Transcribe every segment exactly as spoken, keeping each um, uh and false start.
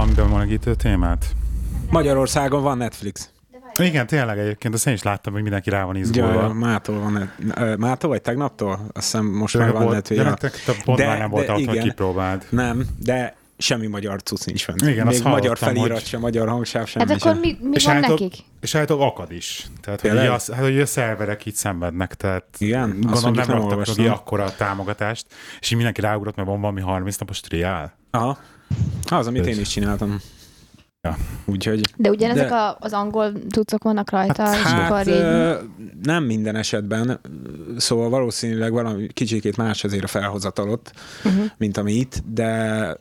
valami bemelegítő témát? Magyarországon van Netflix. Igen, tényleg egyébként, azt én is láttam, hogy mindenki rá van izgulva. Ja, mától van net... Mától vagy tegnaptól? Azt hiszem most már van Netflix. De nektek pont de, már nem volt ott, hogy kipróbáld. Nem, de semmi magyar cucc nincs fent. Igen, még magyar felirat hogy... sem, magyar hangsáv sem. Hát akkor mi, mi van álltok, nekik? És állítólag akad is. Tehát, hogy, az, hát, hogy a szerverek így szenvednek, tehát igen? gondolom nem raktak ki akkora a támogatást, és így mindenki ráugrott, mert van valami harminc napos triál. Aha. Az, amit én is csináltam. Ja. Úgyhogy, de ugyanezek de... a, az angol cuccok vannak rajta? Hát, és hát akkor ö, nem minden esetben, szóval valószínűleg valami kicsikét más azért a felhozatalott, uh-huh. mint ami itt, de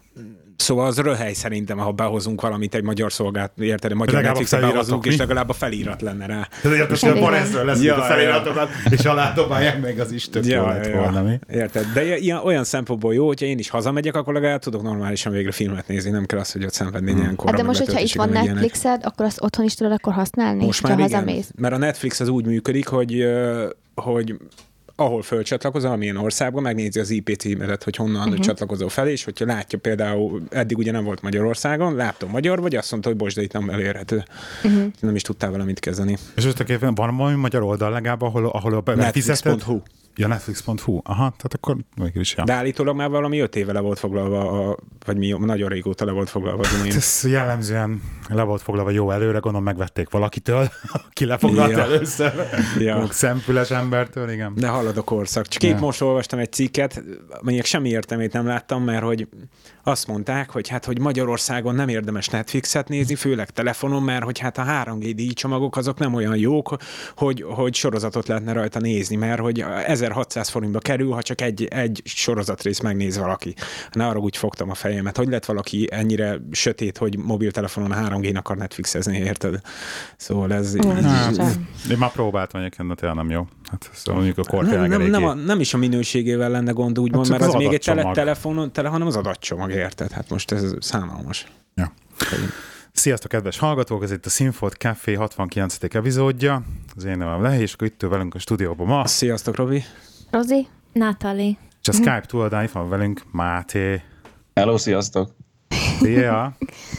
szóval az röhely szerintem, ha behozunk valamit egy magyar szolgált, érted, magyar Netflixre behozunk, és legalább a felirat lenne rá. Tehát a Barezről lesz ja, a feliratokat, ja. És alá dobálják meg az is tök ja, jó lett ja, volna, mi? Érted, de ilyen, olyan szempontból jó, hogyha én is hazamegyek, akkor legalább tudok normálisan végre filmet nézni, nem kell az, hogy ott szenvedni ilyen korra. Hát de most, hogyha itt van Netflixed, akkor azt otthon is tudod akkor használni, most már igen, hazamész. Mert a Netflix az úgy működik, hogy, hogy ahol fölcsatlakozol, amilyen országban, megnézi az í pé címedet, hogy honnan uh-huh. csatlakozol fel, és hogyha látja például, eddig ugye nem volt Magyarországon, látom magyar, vagy azt mondta, hogy bocs, de itt nem elérhető. Uh-huh. Nem is tudtál valamit kezdeni. És összeképpen van valami magyar oldal legalább, ahol, ahol a Netflix pont hu. Ja, Netflix pont hu. Aha, tehát akkor mégis ja. De állítólag már valami öt éve le volt foglalva, a, vagy mi, nagyon régóta le volt foglalva. Hát ez jellemzően le volt foglalva jó előre, gondolom megvették valakitől, ki lefoglalt ja. először. Ja. Szemfüles embertől, igen. De hallod a korszak. Csak épp ja. most olvastam egy cikket, mondjuk semmi értelmét nem láttam, mert hogy azt mondták, hogy hát, hogy Magyarországon nem érdemes Netflixet nézni, főleg telefonon, mert hogy hát a három gé díjcsomagok azok nem olyan jók, hogy, hogy sorozatot lehetne rajta nézni, mert hogy ezerhatszáz forintba kerül, ha csak egy, egy sorozatrész megnéz valaki. Ne arra úgy fogtam a fejemet, hogy lett valaki ennyire sötét, hogy mobiltelefonon a három gén akar Netflixezni, érted? Szóval ez... Oh, hát, én már próbáltam egyébként, de tényleg nem jó. Hát szóval mondjuk a kor nem, nem, nem, a, nem is a minőségével lenne gond, úgymond, hát mert az, az még egy tele, telefonon, tele, hanem az adatcsomag, érted? Hát most ez szánalmas. Ja. Sziasztok, kedves hallgatók! Ez itt a Színfolt Café hatvankilencedik epizódja. Az én nevem Lehi, és akkor itt velünk a stúdióban ma. Sziasztok, Robi! Rozi! Natali! És a Skype túloldán itt van velünk Máté. Hello, sziasztok! Szia!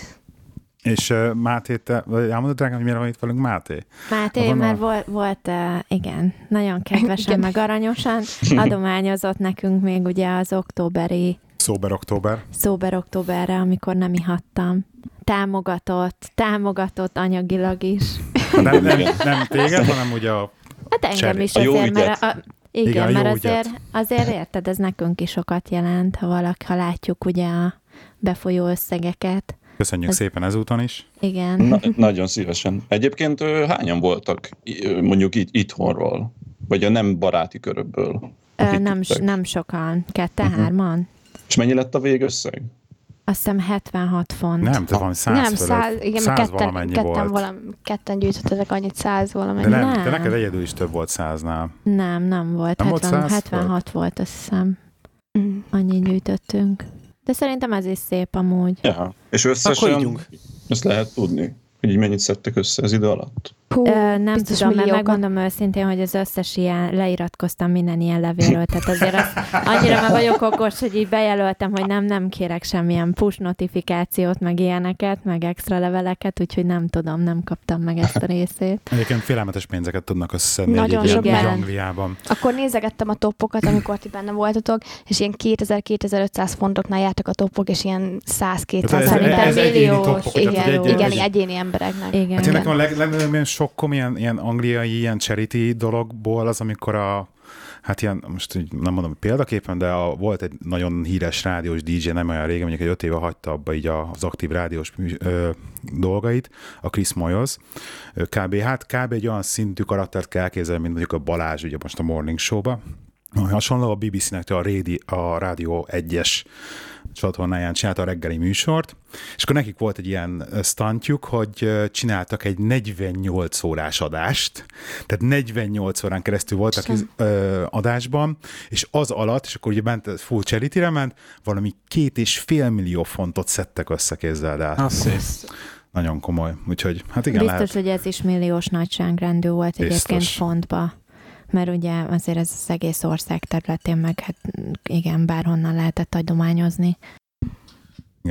És uh, Máté, te elmondod drágám, hogy miért van itt velünk Máté? Máté, a mert volt, volt uh, igen, nagyon kedvesen, meg aranyosan adományozott nekünk még ugye az októberi Szóber október. Szóber októberre, amikor nem ihattam. Támogatott, támogatott anyagilag is. Nem, nem, nem téged, hanem ugye a Hát engem cserély. is azért, mert a, igen, igen mert azért, azért érted, ez nekünk is sokat jelent, ha valaki, ha látjuk ugye a befolyó összegeket. Köszönjük ez, szépen ezúton is. Igen. Na, nagyon szívesen. Egyébként hányan voltak mondjuk itt itthonról? Vagy a nem baráti körökből? Ö, nem, nem sokan. Ketten-hárman. Uh-huh. És mennyi lett a végösszeg? Azt hiszem hetvenhat font. Nem, te valami száz Nem, száz, igen, száz ketten, valamennyi ketten, volt. Valami, ketten gyűjtöttetek annyit, száz valamennyi. De nem, nem. de neked egyedül is több volt száznál. Nem, nem volt. Nem hetven, volt száz hetvenhat volt, azt hiszem. Mm. Annyit gyűjtöttünk. De szerintem ez is szép amúgy. Ja. És összesen ezt lehet tudni, hogy így mennyit szedtek össze az idő alatt? Hú, Ö, nem tudom, mert megmondom őszintén, hogy az összes ilyen, leiratkoztam minden ilyen levélről, tehát azért azt, annyira meg vagyok okos, hogy így bejelöltem, hogy nem, nem kérek semmilyen push notifikációt, meg ilyeneket, meg extra leveleket, úgyhogy nem tudom, nem kaptam meg ezt a részét. Egyébként félelmetes pénzeket tudnak összeszedni nagyon egy ilyen sok Angliában. Akkor nézegettem a toppokat, amikor ti benne voltatok, és ilyen kétezer-kétezer-ötszáz fontoknál jártak a toppok, és ilyen száz-kétszáz szerintem milliós, igen, igen, egyéni embereknek. Igen. Hát én nekem a legnagyobb sokkom ilyen, ilyen angliai, ilyen charity dologból az, amikor a, hát ilyen, most így nem mondom példaképpen, de a, volt egy nagyon híres rádiós dé dzsé, nem olyan régen, mondjuk egy öt éve hagyta abba így az aktív rádiós ö, dolgait, a Chris Moyles. Kb. Hát kb. Egy olyan szintű karaktert kell elképzelni, mint mondjuk a Balázs, ugye most a Morning Show-ba. Hasonló a bé bé cé-nek a, Rédi, a Rádió egyes csatornáján csinálta a reggeli műsort, és akkor nekik volt egy ilyen stuntjuk, hogy csináltak egy negyvennyolc órás adást, tehát negyvennyolc órán keresztül voltak iz, ö, adásban, és az alatt, és akkor ugye ment, full charity-re ment, valami két és fél millió fontot szedtek össze, kézzel el. Azt nagyon komoly, úgyhogy hát igen, biztos, lehet. hogy ez is milliós nagyságrendű volt egyébként biztos. Fontba. Mert ugye azért ez az egész ország területén meg hát igen, bárhonnan lehetett adományozni. Igen.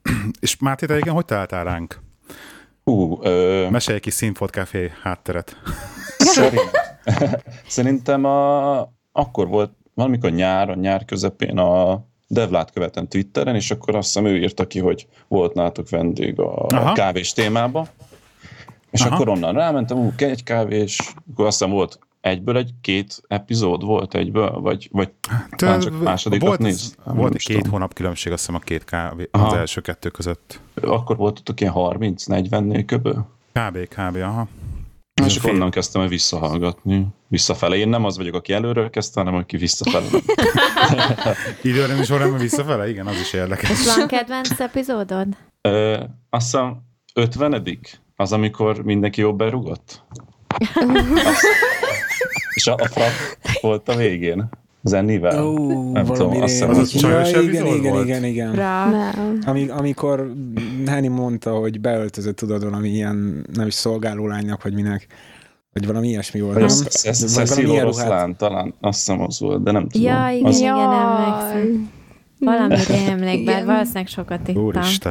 És Máté, te igen, hogy találtál ránk? Hú, ö... Mesélj egy kis Színfolt Café hátteret. Szerint... Szerintem a... akkor volt valamikor nyáron, nyár közepén a Devlát követem Twitteren, és akkor azt hiszem ő írta ki, hogy volt nálatok vendég a Aha. kávés témába. És Aha. akkor onnan rámentem, ú, egy kávés, akkor azt hiszem volt egyből egy két epizód volt egyből, vagy, vagy Te, csak másodikat volt, néz? Volt egy két tudom. hónap különbség, azt hiszem a két kávé, az első kettő között. Akkor voltatok ilyen harminc-negyvennél köböl? Kb. Kb. Aha. És akkor onnan kezdtem el visszahallgatni. Visszafele. Én nem az vagyok, aki előről kezdte, hanem aki visszafele. Időre is során visszafele? Igen, az is érdekes. És van kedvenc epizódod? Ö, azt hiszem ötvenedik Az, amikor mindenki jobb berugott. És a, a frak volt a végén. Zennivel. Ó, nem tudom, azt hiszem, az, az csajos ja, igen, epizód igen, volt? igen, igen, Nem. Ami, amikor Henny mondta, hogy beöltözött, tudod, valami ilyen, nem is szolgálólánynak, vagy minek, vagy valami ilyesmi volt. Nem? Cecil Oroszlán talán, azt hiszem az volt, de nem tudom. Ja, igen, az... igen, emlékszem. Valamire emlék, bár valószínűleg sokat ittam. Úristen.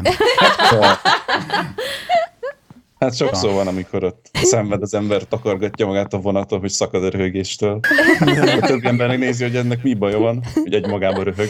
Hát sokszor van, amikor ott szenved az ember, takargatja magát a vonaton, hogy szakad a röhögéstől. A többi embernek nézi, hogy ennek mi baja van, hogy egy magában röhög.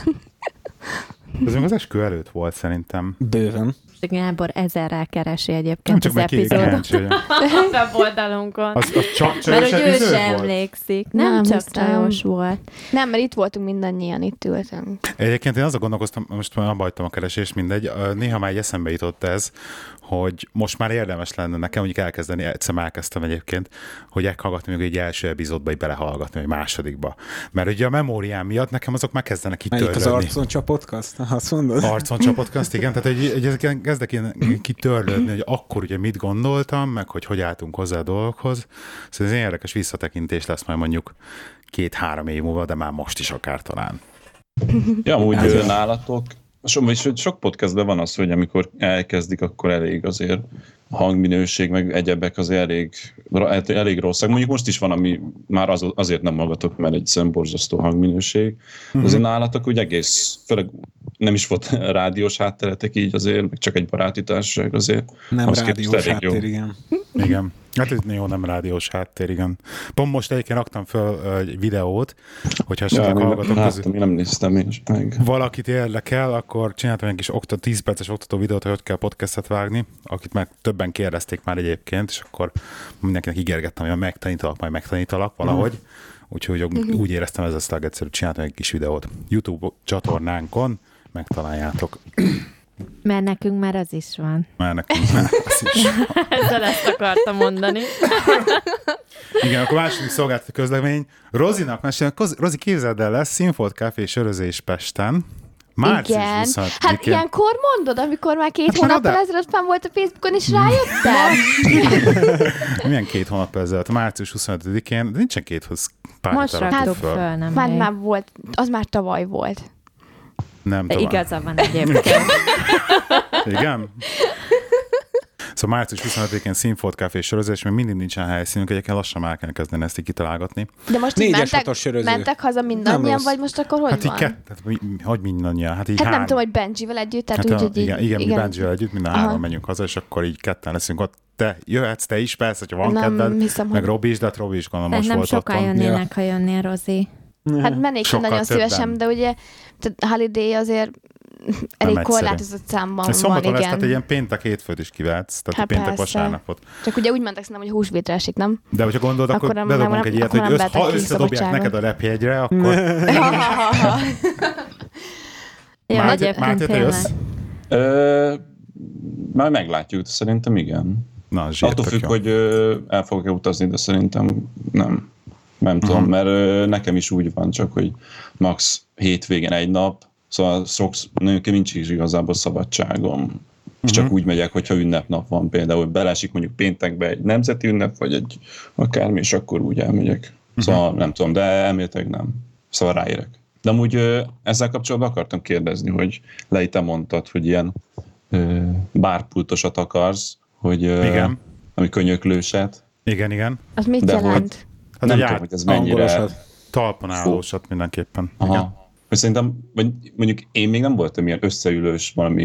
Ez még az eskü előtt volt szerintem. Bőven. Gábor ezerrel keresi egyébként az epizódot a weboldalunkon. Az, az csak csajos mert hogy ő epizód sem volt? emlékszik. Nem, Nem, csak hiszem. csajos volt. Nem, mert itt voltunk mindannyian, itt ültünk. Egyébként én azon gondolkoztam, most már abba hagytam a keresést, mindegy, néha már egy eszembe jutott ez, hogy most már érdemes lenne nekem, mondjuk elkezdeni, egyszer már elkezdtem egyébként, hogy elhallgatni még egy első epizódba, így belehallgatni, vagy másodikba. Mert ugye a memóriám miatt nekem azok már kezdenek így Melyik törlődni. az Arcon Csap Podcast? Azt mondod? Arcon Csap Podcast, igen, tehát hogy, hogy ezek kezdek én kitörlődni, hogy akkor ugye mit gondoltam, meg hogy hogy álltunk hozzá a dolgokhoz. Szóval ez egy érdekes visszatekintés lesz majd mondjuk két-három év múlva, de már most is akár talán. Ja, amúgy ez nálatok, so, sok podcastben van az, hogy amikor elkezdik, akkor elég azért a hangminőség, meg egyebek az elég, elég rosszak. Mondjuk most is van, ami már az, azért nem magatok, mert egy szemborzasztó hangminőség. Uh-huh. Azért nálatok úgy egész, főleg nem is volt rádiós hátteretek így azért, meg csak egy baráti társaság azért. Nem rádiós háttér, igen. Igen. Hát ez jó, nem rádiós háttér, igen. Pont most egyébként raktam föl egy videót, hogyha esetleg ja, hallgatok közül. Én nem néztem én meg. Valakit érdekel, akkor csináltam egy kis okta, tíz perces oktató videót, hogy hogy kell podcastet vágni, akit már többen kérdezték már egyébként, és akkor mindenkinek ígérgettem, hogy megtanítalak, majd megtanítalak valahogy. Mm. Úgyhogy uh-huh. úgy éreztem, ez a egyszerű, csináltam egy kis videót. YouTube csatornánkon megtaláljátok. Mert nekünk már az is van. Már nekünk már az is van. Ezzel ezt akartam mondani. Igen, akkor második szolgáltató közlemény. Rozinak mesélnek, Rozi, képzeld el, lesz Színfolt Café sörözés Pesten. Március igen. huszonötödikén. Hát ilyenkor mondod, amikor már két hát hónappal ezelőtt fenn volt a Facebookon, és rájöttem. Milyen két hónappal ezelőtt? Március huszonötödikén, de nincsen két hoz pár most raktuk föl, föl nem már, már volt, az már tavaly volt. Nem de tavaly. Igaza van egyébként. Igen? Szóval március huszonötödikén Színfolt Café sörözés, még mindig nincsen helyszínünk, egyébként lassan már kell kezdeni ezt így kitalálgatni. De most így mentek, mentek haza mindannyian, vagy most akkor hogy hát van? Így kett, hát, mi, hogy mindannyian? Hát, így hát három. nem tudom, hogy Benjivel együtt, tehát hát úgy, a, hogy igen, így, igen, igen, mi Benjivel együtt, minden hárman menjünk haza, és akkor így ketten leszünk ott. Te jöhetsz, te is, persze, hogyha van kedved, hiszem, meg Robi is, de hát Robi is gondolom most nem volt otthon. sokan jönnének, ja. ha jönnél, Rozi. Hát mennék ki nagyon szívesen, de ugye Holiday azért elég korlátozott számban van, Szombaton igen. lesz, tehát egy ilyen péntek hétfőt is kivehetsz, tehát hát péntek persze. vasárnapot. Csak ugye úgy mentek szerintem, hogy húsvétre esik, nem? De hogyha gondolod, akkor, akkor bedobunk egy ilyet, hogy össz, ha összedobják neked a repjegyre, akkor... ja, egyébként tényleg. Már meglátjuk, szerintem igen. Na, zsírt, attól függ, jó. hogy ö, el fogok-e utazni, de szerintem nem. Nem uh-huh. tudom, mert ö, nekem is úgy van, csak hogy max hétvégén egy nap, szóval szoksz, nincs is igazából szabadságom. Uh-huh. És csak úgy megyek, hogyha ünnepnap van például, belesik mondjuk péntekbe egy nemzeti ünnep, vagy egy akármi, és akkor úgy elmegyek. Uh-huh. Szóval nem tudom, de elméletileg nem. Szóval ráérek. De amúgy ö, ezzel kapcsolatban akartam kérdezni, hogy Lei, te mondtad, hogy ilyen ö, bárpultosat akarsz, hogy ö, igen. ami könyöklőset. Igen, igen. Az mit de jelent? Hogy, hát nem tudom, hogy ez mennyire... Talpon állósat mindenképpen. Aha. Szerintem, vagy mondjuk én még nem voltam ilyen összeülős valami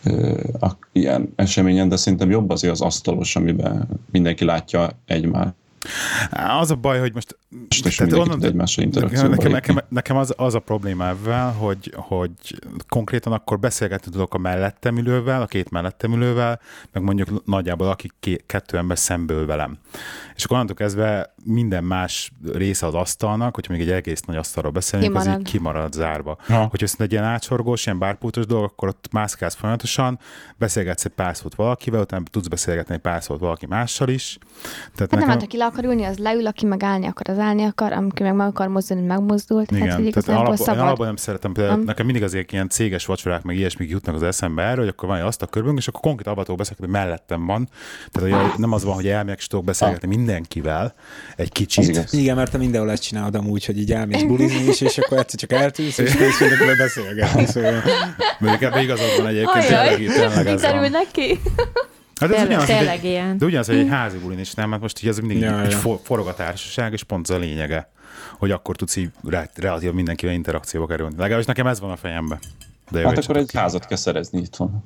a, ilyen eseményen, de szerintem jobb azért az asztalos, amiben mindenki látja egymást. Az a baj, hogy most... És onnan, nekem, nekem, nekem az, az a probléma ebben, hogy, hogy konkrétan akkor beszélgetni tudok a mellettem ülővel, a két mellettem ülővel, meg mondjuk nagyjából akik ké, kettő ember szemből velem. És akkor onnantól kezdve minden más része az asztalnak, hogyha még egy egész nagy asztalról beszélünk, kimarad. Az így kimarad zárva. Ha. Hogyha viszont egy ilyen átsorgós, ilyen bárpultos dolog, akkor ott mászkálsz folyamatosan, beszélgetsz egy pár szót valakivel, utána tudsz beszélgetni egy pár szót valaki mással is. Tehát hát nekem... nem, aki le akar ülni, az leül, aki meg állni akar, az állni akar, amikor meg meg akar mozdulni, megmozdult. Igen, hát, tehát alapból, én alapból nem szeretem, például um. nekem mindig azért ilyen céges vacsorák, meg ilyesmik jutnak az eszembe erről, hogy akkor van egy asztalkörülünk, és akkor konkrét abban tudok beszélgetni, hogy mellettem van. Tehát hogy nem az van, hogy elmegyek, és tudok beszélgetni mindenkivel egy kicsit. Igen, mert te mindenhol ezt csinálod amúgy, hogy így elmész bulizni is, és akkor egyszer csak eltűnsz, és kész mindenkivel beszélgetni. Szóval... Mondjuk ebben igazad van egyébként, tényleg, tényleg ez van. Neki? Hát ez tényleg, ugyanaz, tényleg de, ilyen. De ugyanaz, hogy egy házi bulin is nem, mert most így ez mindig ja, egy ja. forog a társaság, és pont az a lényege, hogy akkor tudsz így relatív mindenkivel interakcióba kerülni. Legalábbis nekem ez van a fejemben. De hát akkor egy házat kell szerezni itthon.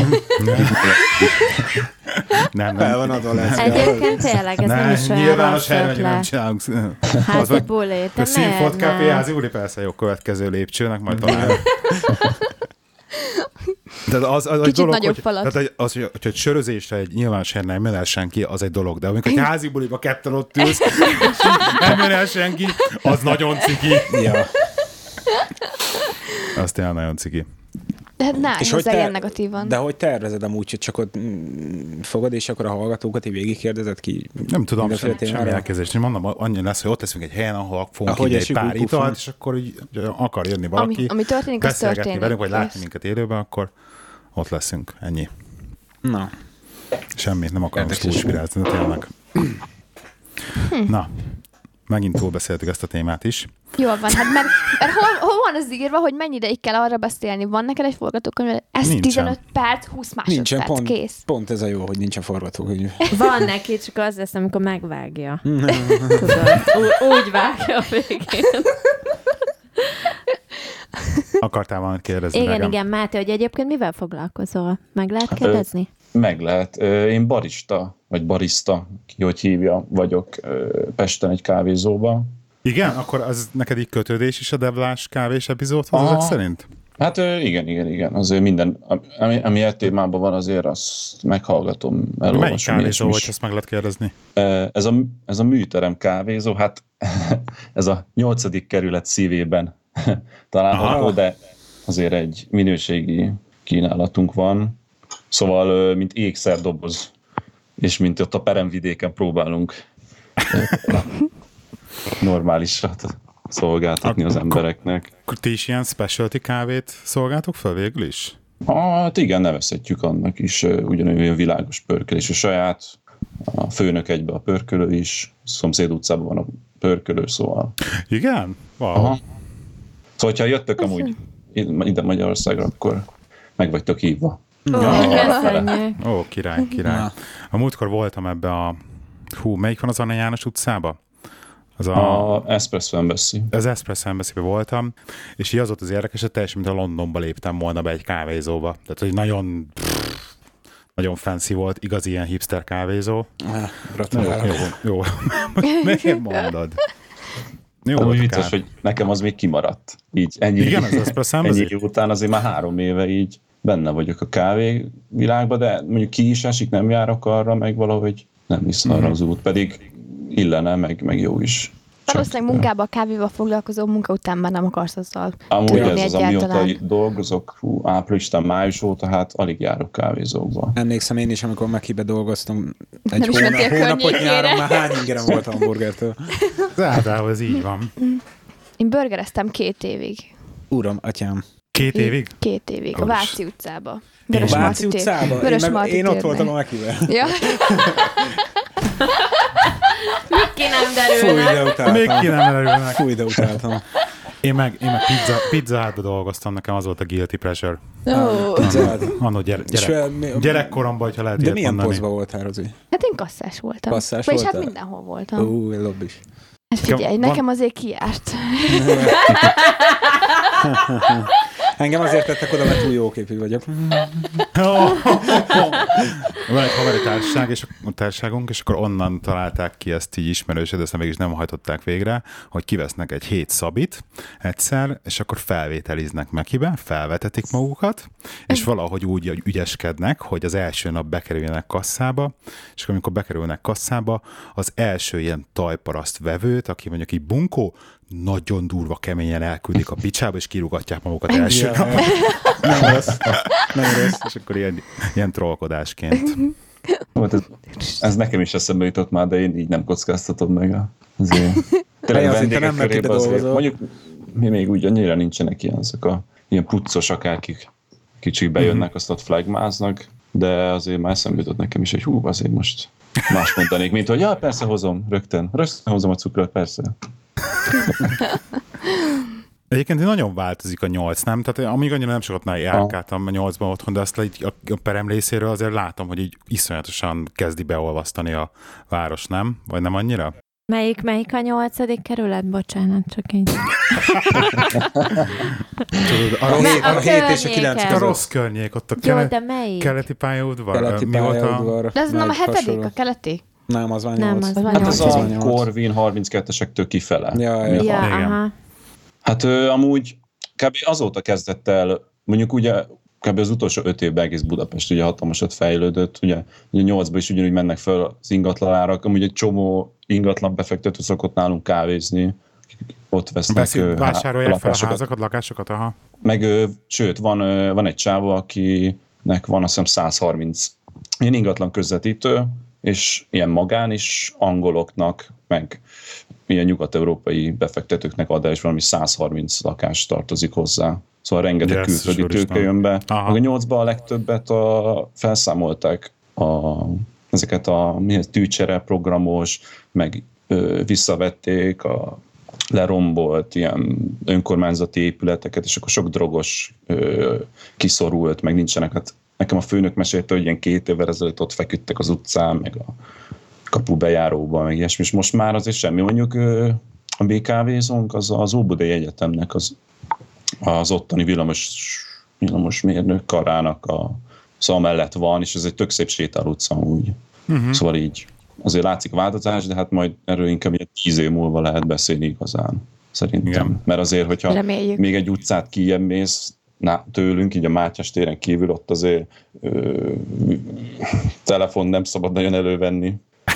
nem, nem. Van adva lesz. Egyébként tényleg ez nem, nem is olyan nyilvános helyben nem csinálunk. Házi bulét. A Színfolt Café házi buli persze jó következő lépcsőnek, majd találjuk. Tehát az, az, Kicsit dolog, nagyobb hogy, falat. Tehát az, hogy, hogy sörözésre egy nyilvános helyen nem jön el senki, az egy dolog. De amikor egy házi buliba ketten ott ülsz, nem jön el senki, az nagyon ciki. Ja. Az tényleg nagyon ciki. De ne, és hogy ter- negatívan. De hogy tervezed amúgy, hogy csak ott fogod, és akkor a hallgatókat így végigkérdezed ki? Nem tudom, sem, semmi elkezdést. Mondom, annyi lesz, hogy ott leszünk egy helyen, ahol fogunk így egy pár italt, és akkor így akar jönni valaki, ami, ami történik, az történik. velünk, vagy látni minket élőben, akkor ott leszünk. Ennyi. Na. Semmit, nem akarom túlspirálni, de tényleg. Hm. Na, megint túlbeszéltük ezt a témát is. Jól van, hát mert, mert hol, hol van az írva, hogy mennyi ideig kell arra beszélni? Van neked egy forgatókönyv? Ez nincsen. tizenöt perc, húsz másodperc, nincsen, pont, kész. Pont ez a jó, hogy nincsen forgatókönyv. Van neki, csak az lesz, amikor megvágja. Tudod, ú- úgy vágja a végén. Akartál valamit kérdezni? Igen, nekem? igen, Máté, hogy egyébként mivel foglalkozol? Meg lehet kérdezni? Meg lehet. Én barista, vagy barista, ki hogy hívja, vagyok Pesten egy kávézóban. Igen? Akkor az neked így kötődés is a Devlás kávés epizódhoz ezek szerint? Hát igen, igen, igen. Azért minden, ami, ami egy témában van, azért azt meghallgatom, elolvasom. Melyik kávézó volt, ezt meg lehet kérdezni? Ez a, ez a műterem kávézó, hát ez a nyolcadik kerület szívében található, de azért egy minőségi kínálatunk van. Szóval, mint ékszerdoboz, és mint ott a peremvidéken próbálunk normálisat szolgáltatni az embereknek. Akkor ti is ilyen specialty kávét szolgáltok fel végül is? Hát igen, nevezhetjük annak is, ugyanolyan világos pörkölés a saját, a főnök egybe a pörkölő is, a szomszéd utcában van a pörkölő, szóval. Igen? Wow. Aha. Szóval, ha jöttök amúgy ide Magyarországra, akkor meg vagytok hívva. Ó, oh, oh, király, király. Na. A múltkor voltam ebbe a... Hú, melyik van az Anna János utcába? Az a, a Espresso Embassy. Az Espresso Embassy-be voltam, és így az volt az érdekes, hogy teljesen, mint a Londonba léptem volna be egy kávézóba. Tehát, hogy nagyon... Pff, nagyon fancy volt, igazi ilyen hipster kávézó. Gratulálok. Jó, jó. Miért mondod? Jó, hát úgy vicces, hogy nekem az még kimaradt. Így ennyi, igen, az Espresso Embassy? Ennyi után azért már három éve így benne vagyok a kávé világban, de mondjuk ki is esik, nem járok arra, meg valahogy nem visz arra az út, pedig illene, meg, meg jó is. Valószínűleg munkában, a kávéval foglalkozó munka után már nem akarsz azzal amúgy ez az, amióta dolgozok, hú, áprilistán, május óta, hát alig járok kávézókba. Emlékszem én is, amikor Mekibe dolgoztam egy hónap, hónapot nyáron, már hány ingerem volt a hamburgertől. De általában ez így van. Én burgereztem két évig. Uram, atyám. Két évig? Két évig, a Váci utcába. A Váci utcába? Vörös én, meg, én ott voltam a Mekivel. Ja. Még ki nem derülnek. Még ki nem derülnek. Fúj, de utáltam. Én meg, én meg pizza, pizza hátba dolgoztam, nekem az volt a guilty pleasure. Oh. Annó gyere, gyerek, gyerekkoromban, hogyha lehet de milyen mondani. posztban voltál, Rozi? Hát én kasszás voltam. Kasszás Vagyis voltál? hát mindenhol voltam. Ó, uh, lobbis. Hát figyelj, van... nekem azért kijárt. Engem azért tettek oda, mert túl jóképű vagyok. Van egy haveri társaság, és a társaságunk, és akkor onnan találták ki ezt így ismerősöd, de aztán mégis nem hajtották végre, hogy kivesznek egy hét szabit egyszer, és akkor felvételiznek Mekibe, felvetetik magukat, és valahogy úgy ügyeskednek, hogy az első nap bekerüljenek kasszába, és akkor amikor bekerülnek kasszába, az első ilyen tajparaszt vevőt, aki mondjuk így bunkó, nagyon durva, keményen elküldik a picsába, és kirúgatják magukat első Ja, nap. nem rossz. Nem rossz. És akkor ilyen, ilyen trollkodásként. Ez, ez nekem is eszembe jutott már, de én így nem kockáztatom meg a, azért. Tényleg azért vendégek nem körében neki azért, bedolgozol. mondjuk mi még úgy annyira nincsenek ilyen, ezek a ilyen puccosak, akik kicsik bejönnek, azt ott flagmáznak, de azért már eszembe jutott nekem is, hogy hú, azért most más mondanék, mint hogy ja, persze hozom, rögtön, rögtön hozom a cukrot, persze. Egyébként nagyon változik a nyolc, nem? Tehát amíg annyira nem sokat járkáltam a nyolcban otthon, de azt így a perem részéről azért látom, hogy így iszonyatosan kezdi beolvasztani a város, nem? Vagy nem annyira? Melyik, melyik a nyolcadik kerület? Bocsánat, csak így. Tudod, a, A rossz, hét- a a hét és a környéken. kilenc a között. rossz környék, ott a Jó, kele, de melyik? keleti pályaudvar. Keleti Mi volt a... pályaudvar. De ez nem a meg hetedik, hasonló. a keleti? Nem, az már Nem, nyolc. az már Hát az nyolc. a nyolc. Corvin harminckettesektől kifele. Ja, Mi ja. a- Ja, igen. aha. Hát ö, amúgy kb. Azóta kezdett el, mondjuk ugye kb. Az utolsó öt évben egész Budapest ugye hatalmasat fejlődött, ugye, ugye nyolcban is ugyanúgy mennek fel az ingatlanárak, amúgy egy csomó ingatlan befektető szokott nálunk kávézni, ott vesznek Beszél, ö, vásárolják fel a lakásokat. házakat, lakásokat, aha. Meg, ö, sőt, van, ö, van egy csávó, akinek van azt hiszem száz harminc ilyen ingatlan közvetítő, és ilyen magán is angoloknak, meg ilyen nyugat-európai befektetőknek ad el, és valami száz harminc lakás tartozik hozzá. Szóval rengeteg Yes, külföldi úristen. tőke jön be. Aha. Meg a nyolcban a legtöbbet a, felszámolták a, ezeket a milyen tűcsere programos, meg ö, visszavették a lerombolt ilyen önkormányzati épületeket, és akkor sok drogos ö, kiszorult, meg nincsenek. Hát nekem a főnök mesélte, hogy ilyen két évvel ezelőtt ott feküdtek az utcán, meg a kapubejáróban, meg ilyesmi, és most már azért semmi. Mondjuk ö, a bé ká vé-zónk az az Óbudai Egyetemnek az, az ottani villamos, villamos mérnök karának a szó mellett van, és ez egy tök szép sétál utca úgy. Uh-huh. Szóval így azért látszik változás, de hát majd erről inkább ilyen tíz év múlva lehet beszélni igazán, szerintem. Igen. Mert azért, hogyha Reméljük. még egy utcát kijebb mész na, tőlünk, így a Mátyás téren kívül, ott azért ö, telefon nem szabad nagyon elővenni.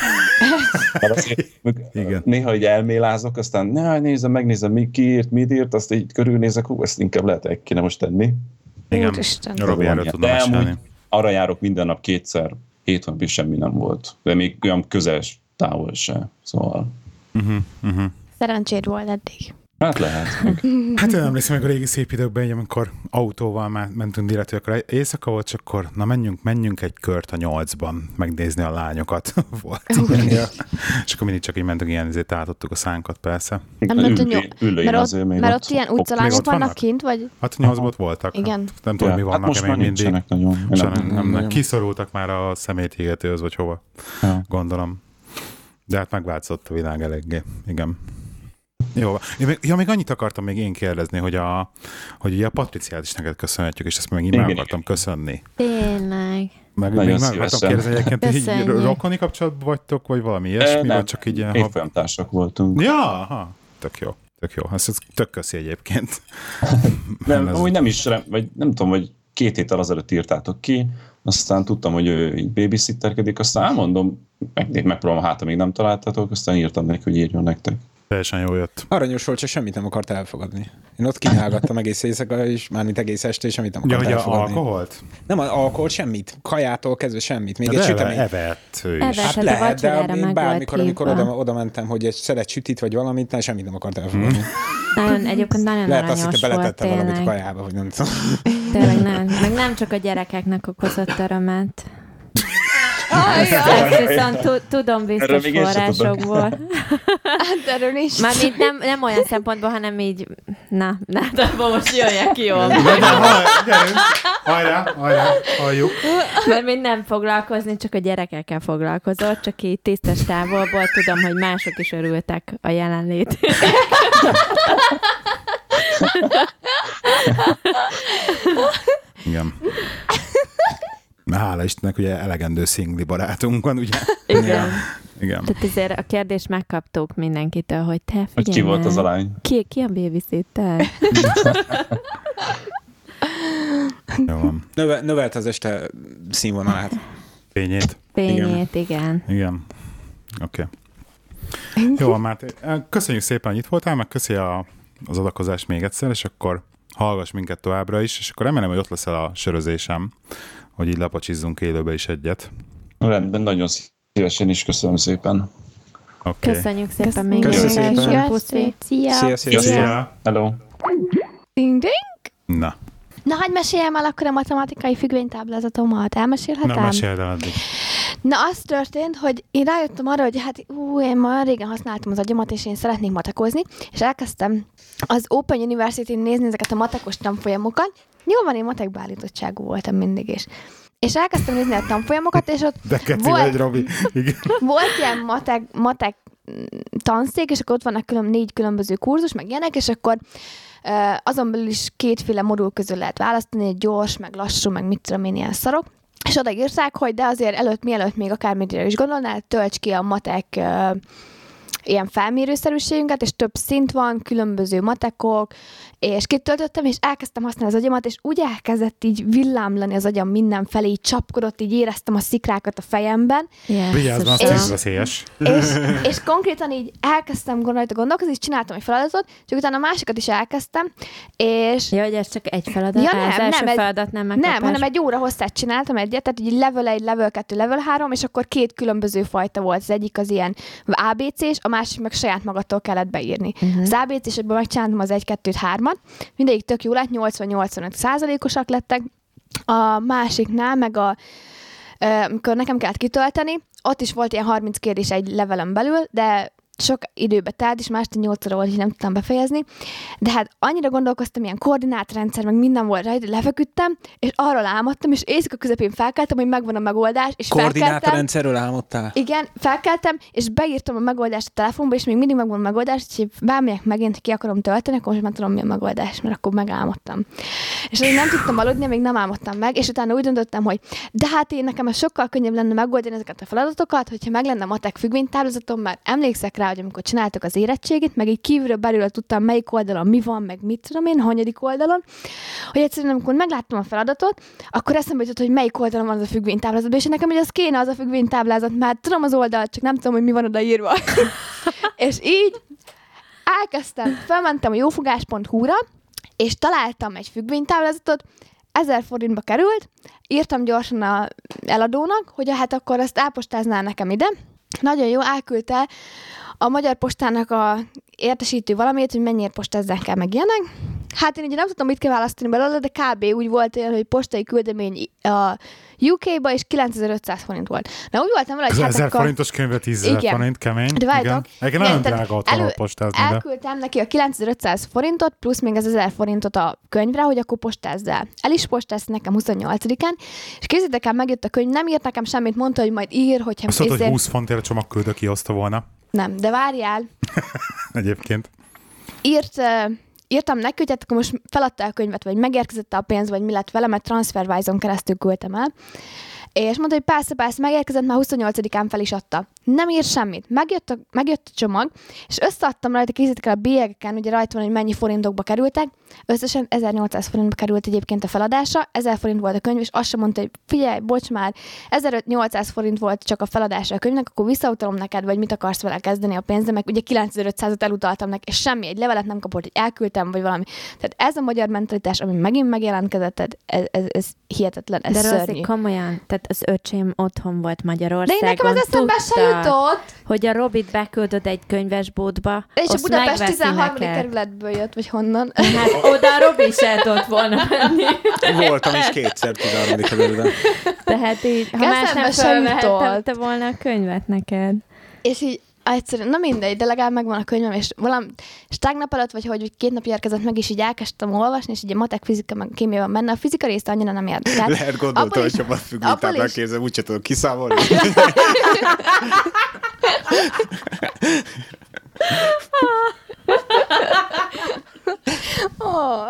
Azért, Igen. néha így elmélázok, aztán ne, nézem, megnézem, mi ki írt, mit írt, azt így körülnézek, hú, ezt inkább lehet, hogy kéne most tenni. Igen. Úristen. Robi, erről tudom De amúgy mesélni. arra járok minden nap kétszer, hét hónapig semmi nem volt. De még olyan közel távol se. Szóval, Uh-huh, uh-huh. Szerencséd volt eddig. hát lehet. Hát én emlékszem meg a régi szép időkben, amikor autóval már mentünk direkt, hogy akkor éjszaka volt, csak akkor na menjünk, menjünk egy kört a nyolcban megnézni a lányokat. Volt. Ja. És akkor mindig csak így mentünk, ilyen ezért átadtuk a szánkat, persze. Nem, mert, Ülj- nyom, ülőjén mert, azért ott, még mert ott- ott ilyen ott- utcalányok még ott vannak vannak? kint, vagy? Hát a nyolcban ott voltak. Igen. Hát nem tudom, mi hát vannak most még már mindig. nincsenek nagyon. Én Sajnos nem- nem, nem, nagyon. kiszorultak már a szemétjégetőhöz, vagy hova, Ja. gondolom. De hát megváltozott a világ eléggé. Igen. Jó, én még, ja, még annyit akartam még én kérdezni, hogy, a, hogy ugye a Patriciát is neked köszönhetjük, és ezt még én meg Igen, akartam köszönni. Tényleg. Meg Nagyon még meg akartam szívesen. kérdezni, egyébként így Köszönjük. rokoni kapcsolatban vagytok, vagy valami Eh, ilyesmi, nem. vagy csak így ilyen... Évfolyamtársak voltunk. Ja, aha, tök jó. Tök jó. Ez, ez tök köszi egyébként. Nem, Ez- amúgy nem is, rem- vagy nem tudom, hogy két héttel azelőtt írtátok ki, aztán tudtam, hogy ő így babysitterkedik, aztán elmondom, meg, megpróbálom, hát ha még nem találtatok, aztán írtam neki, hogy írjon nektek. Teljesen jó jött. Aranyos volt, csak semmit nem akart elfogadni. Én ott kínálgattam egész éjszaka, és mármint egész este, és semmit nem Ja, akart hogy a elfogadni. alkoholt? Nem, a alkohol semmit. Kajától kezdve semmit. Még De egy eve, sütemény. evett ő is. Evett. Hát Hát a lehet, de vacsorára én meg bármikor, volt amikor hívva. oda, oda mentem, hogy egy szelet sütit vagy valamit, nem, semmit nem akart elfogadni. Nagyon, egyébként nagyon Lehet azt, aranyos hogy volt beletette valamit tényleg. kajába, vagy nem tudom. Tényleg nem. Meg nem csak a gyerekeknek okozott örömet. Ajjaj, Ezt viszont tu- tudom Erről biztos még én sem tudok. forrásokból. hát erről is. Mármint nem, nem olyan szempontból, hanem így, na, na, de abban most jöjjek jól. Gyerünk, hajrá, hajrá, halljuk. Mert még nem foglalkozni, csak a gyerekekkel foglalkozott, csak így tisztes távolból tudom, hogy mások is örültek a jelenlétének. Igen. Hála Istennek, ugye elegendő szingli barátunk van, ugye? Igen. Igen. Tehát ezért a kérdést megkaptuk mindenkitől, hogy te figyelj. Hogy ki volt az a lány? Ki, ki a babysitter? Jó van. Növe, növelt az este színvonalát. Fényét. Fényét, igen. Igen. Oké. Okay. Jó van, Máté. Köszönjük szépen, hogy itt voltál, meg köszi a, az adakozást még egyszer, és akkor hallgass minket továbbra is, és akkor remélem, hogy ott leszel a sörözésem, hogy így lapacsizzunk élőbe is egyet. Rendben, nagyon szívesen is, köszönöm szépen. Okay. Köszönjük szépen Köszönjük még szépen. egyszer. Puszi. Szia. Szia, szia, Szia. Hello. Ding, ding. Na, Na, hogy meséljem el akkor a matematikai függvénytáblázatomat. Elmesélhetem? na mesélj el addig. Na, az történt, hogy én rájöttem arra, hogy hát ú, én már régen használtam az agyamat, és én szeretnék matekozni, és elkezdtem az Open University-n nézni ezeket a matekos tanfolyamokat. Nyilván én matek beállítottságú voltam mindig is. És elkezdtem nézni a tanfolyamokat, és ott De keci volt, vagy, Robi. Igen. volt ilyen matek, matek tanszék, és akkor ott vannak külön, négy különböző kurzus, meg ilyenek, és akkor uh, azon belül is kétféle modul közül lehet választani, egy gyors, meg lassú, meg mit tudom én, ilyen szarok. És oda írták, hogy de azért előtt, mielőtt még akármire is gondolnál, tölts ki a matek uh, ilyen felmérőszerűségünket, és több szint van, különböző matekok, és kitöltöttem, és elkezdtem használni az agyamat, és úgy elkezdett így villámlani az agyam mindenfelé, így csapkodott, így éreztem a szikrákat a fejemben. Yes. Vigyázz, az És- tényleg veszélyes. És, és konkrétan így elkezdtem gondolni, gondolkozni, és csináltam egy feladatot, csak utána a másikat is elkezdtem, és Ja, hogy ez csak egy feladat? Ja, Á, nem, az első nem, egy- feladat nem megkapás? nem, hanem egy óra hosszát csináltam egyet, tehát így level egy, level kettő, level három, és akkor két különböző fajta volt. Az egyik az ilyen á bé cés, a másik meg saját magattól kellett beírni. Uh-huh. Az á bé cés-ekből megcsináltam az egy, kettőt, hármat, mindegyik tök jó lett, nyolcvan-nyolcvanöt százalékosak lettek, a másiknál meg a ö, amikor nekem kellett kitölteni, ott is volt ilyen harminc kérdés egy levelen belül, de sok időbe telt, és más nyolc óra volt, hogy nem tudtam befejezni, de hát annyira gondolkoztam, ilyen koordinátrendszer, meg minden volt rajta, lefeküdtem, és arról álmodtam, és éjszaka közepén felkeltem, hogy megvan a megoldás, és felkeltem. Koordinátorrendszerről álmodtál? Igen, felkeltem, és beírtam a megoldást a telefonba, és még mindig megvan a megoldás, és ha bármilyen megint ki akarom tölteni, akkor most már tudom, mi a megoldás, mert akkor megálmodtam. És azért nem tudtam aludni, még nem álmodtam meg, és utána úgy döntöttem, hogy de hát én nekem ez sokkal könnyebb lenne megoldani ezeket a feladatokat, hogyha meg lenne a matek függvénytáblázatom, mert emlékszek rá, hogy amikor csináltuk az érettségit, meg így kívülről belül tudtam, melyik oldalon mi van, meg mit tudom én, hanyadik oldalon, hogy egyszerűen amikor megláttam a feladatot, akkor eszembe jutott, hogy melyik oldalon van az a függvénytáblázat, és nekem hogy az kéne az a függvénytáblázat, mert tudom az oldalt, csak nem tudom, hogy mi van odaírva. És így elkezdtem, felmentem a jófogás pont hu-ra, és találtam egy függvénytáblázatot, ezer forintba került, írtam gyorsan a eladónak, hogy hát akkor ezt elpostáznál nekem ide. Nagyon jó, elküldte a Magyar Postának a értesítő valamit, hogy mennyire postázzák el meg ilyenek. Hát én ugye nem tudtam, mit kell választani belőle, de kb. Úgy volt olyan, hogy postai küldemény a U K-ba, és kilencezer-ötszáz forint volt. Na úgy voltam vele, hogy Az hát ezer akkor... forintos könyve tízezer Igen. forint, kemény. De várjátok. Igen. Egyébként Igen, nagyon tehát drága otthon elő- postázni, de... Elküldtem neki a kilencezer-ötszáz forintot, plusz még az ezer forintot a könyvre, hogy akkor postázz el. El is postázz nekem huszonnyolcadikán, és képzeljétek el, megjött a könyv, nem írt nekem semmit, mondta, hogy majd ír, hogyha... Azt mondta, hogy ezért- húsz fontért a csomagküldő kioszta volna. Nem, de várjál. Egyébként. Írt, uh, írtam neki, hogy hát akkor most feladta a könyvet, vagy megérkezett a pénz, vagy mi lett vele, mert TransferWise-on keresztül küldtem el. És mondta, hogy persze, persze, megérkezett, már huszonnyolcadikán fel is adta. Nem írt semmit. Megjött a, megjött a csomag, és összeadtam rajta, készítek el a bélyegeken, ugye rajta van, hogy mennyi forintokba kerültek. Összesen ezernyolcszáz forintba került egyébként a feladása, ezer forint volt a könyv, és azt sem mondta, hogy figyelj, bocs már, ezernyolcszáz forint volt csak a feladása a könyvnek, akkor visszautalom neked, vagy mit akarsz vele kezdeni a pénzre, meg ugye kilencezer-ötszázat elutaltam neki, és semmi, egy levelet nem kapott, hogy elküldtem, vagy valami. Tehát ez a magyar mentalitás, ami megint megjelentkezett, tehát ez, ez, ez hihetetlen, ez De szörnyű. Rozi, komolyan, tehát az öcsém otthon volt Magyarországon. De én nekem az eszembe se jutott. Hogy a Robit beküldött egy könyvesboltba, És a azt Budapest megveszi tizenharmadik neked. kerületből jött, vagy honnan. Hát oda a Robi se tudott volna menni. Voltam is kétszer tizenharmadik kerületben. Tehát így, ha más Eszembe nem se felvehettem jutott. te volna a könyvet neked. És így egyszerűen, na mindegy, de legalább megvan a könyvem, és valami, és tegnap előtt, vagy hogy két nap érkezett meg, és így elkezdtem olvasni, és így a matek, fizika, meg kémia van benne. A fizika részt annyira nem érdekel. Lehet gondolta, Abból hogy is- ha már függvénytáblán abból is- képzel, úgyse tudok kiszámolni. Oh.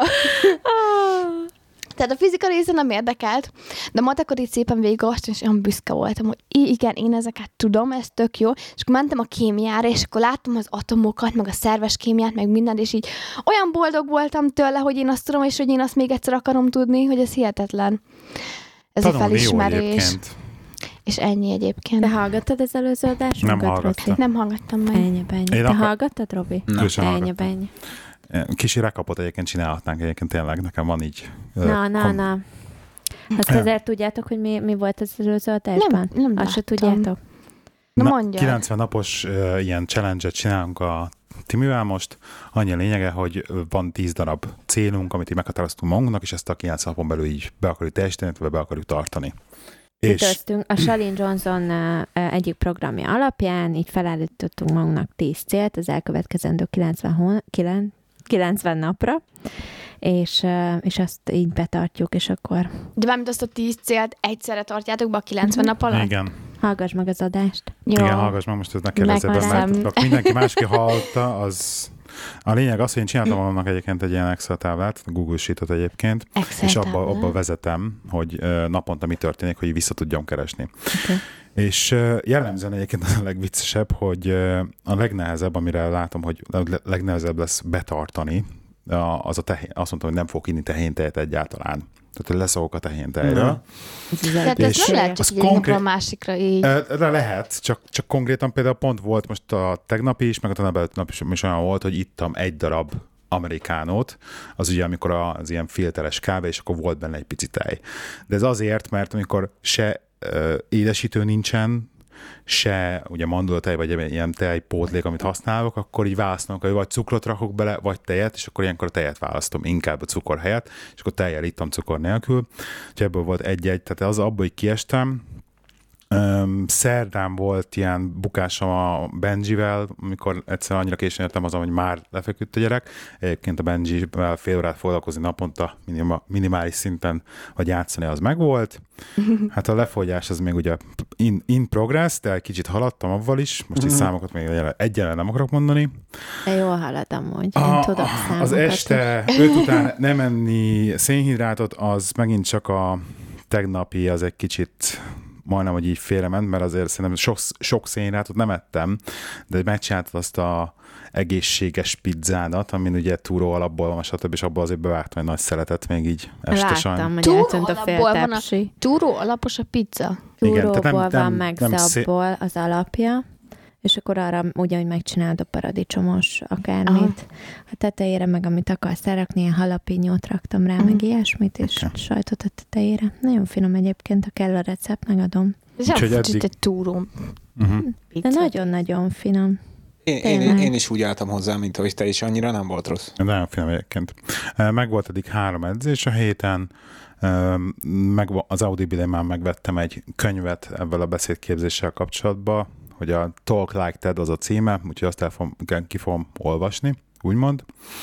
Tehát a fizika része nem érdekelt, de a matekot így szépen végigolvastam, és olyan büszke voltam, hogy igen, én ezeket tudom, ez tök jó. És akkor mentem a kémiára, és akkor láttam az atomokat, meg a szerves kémiát, meg mindent, és így olyan boldog voltam tőle, hogy én azt tudom, és hogy én azt még egyszer akarom tudni, hogy ez hihetetlen. Ez Tanulni a felismerés. És ennyi egyébként. Te hallgattad az előző adásunkat? Nem hallgattam. Nem hallgattam meg. Ennyi, ennyi. Te akar... hallgattad, Robi? Nem. Ennyi, ennyi. Kicsi rekapot egyébként csinálhatnánk egyébként tényleg, nekem van így. Na, na, kom... na. Azt azért tudjátok, hogy mi, mi volt az előző adásban? Nem, nem Azt se tudjátok? Na, na mondja. kilencven napos uh, ilyen challenge-et csinálunk a Timivel most. Annyi a lényege, hogy van tíz darab célunk, amit így meghatároztunk magunknak, és ezt a kilencven napon belül így be akarjuk teljesíteni, vagy be akarjuk tartani. Ütöztünk a Shalin Johnson egyik programja alapján, így felállítottunk magunknak tíz célt az elkövetkezendő kilencven napra, és, és azt így betartjuk, és akkor... De bármint azt a tíz célt egyszerre tartjátok be a kilencven nap alatt? Igen. Hallgass meg az adást. Jó. Igen, hallgass meg, most ezt ne kérdezzed be, mert mindenki más, ki hallotta, az... A lényeg az, hogy én csináltam annak egyébként egy ilyen Excel táblát, Google Sheetot egyébként, Excel és abba, abba vezetem, hogy naponta mi történik, hogy vissza tudjam keresni. Okay. És jellemzően egyébként az a legviccesebb, hogy a legnehezebb, amire látom, hogy a legnehezebb lesz betartani, az a tehén, azt mondtam, hogy nem fogok inni tehéntejet egyáltalán. Tehát leszokok a tehéntejről. Tehát ez nem lehet csak egy konkrét... a másikra így. De lehet, csak, csak konkrétan például pont volt most a tegnapi is, meg a tegnap nap is, is olyan volt, hogy ittam egy darab amerikánót, az ugye amikor az ilyen filteres kávé, és akkor volt benne egy pici tej. De ez azért, mert amikor se uh, édesítő nincsen, se ugye mandulatej, vagy ilyen tejpótlék, amit használok, akkor így választanom, hogy vagy cukrot rakok bele, vagy tejet, és akkor ilyenkor a tejet választom inkább a cukor helyett, és akkor tejjel ittam cukor nélkül. Úgyhogy ebből volt egy-egy, tehát az abból, hogy kiestem. Um, szerdán volt ilyen bukásom a Benjivel, amikor egyszer annyira későn értem azon, hogy már lefeküdt a gyerek. Egyébként a Benjivel fél órát foglalkozni naponta minima, minimális szinten, vagy játszani, az megvolt. Hát a lefogyás az még ugye in, in progress, de egy kicsit haladtam avval is. Most így számokat még egyelőre nem akarok mondani. De jól halad amúgy. Én a, tudok számokat. Az este öt után nem enni szénhidrátot, az megint csak a tegnapi, az egy kicsit majdnem, hogy így félrement, mert azért szerintem sok, sok szénhidrátot nem ettem, de megcsináltad azt a egészséges pizzádat, amin ugye túró alapból van, stb. És abból azért bevágtam egy nagy szeletet még így este sajn. Láttam, hogy eltűnt a fél tepsi. Túró alapos a pizza? Túróból van meg szabból az alapja, és akkor arra ugyanúgy megcsinálod a paradicsomos akármit. Aha. A tetejére meg, amit akarsz elrakni, ilyen halapinyót raktam rá, uh-huh. meg ilyesmit, és okay. sajtot a tetejére. Nagyon finom egyébként, ha kell a recept, megadom. Ez olyan eddig... egy túró. Uh-huh. De nagyon-nagyon finom. Én, én, én is úgy álltam hozzá, mint ahogy te is, annyira nem volt rossz. Nagyon finom egyébként. Meg volt eddig három edzés a héten, meg az Audible-en már megvettem egy könyvet ebben a beszédképzéssel kapcsolatban, hogy a Talk Like TED az a címe, úgyhogy azt el fogom, ki fogom olvasni, úgymond.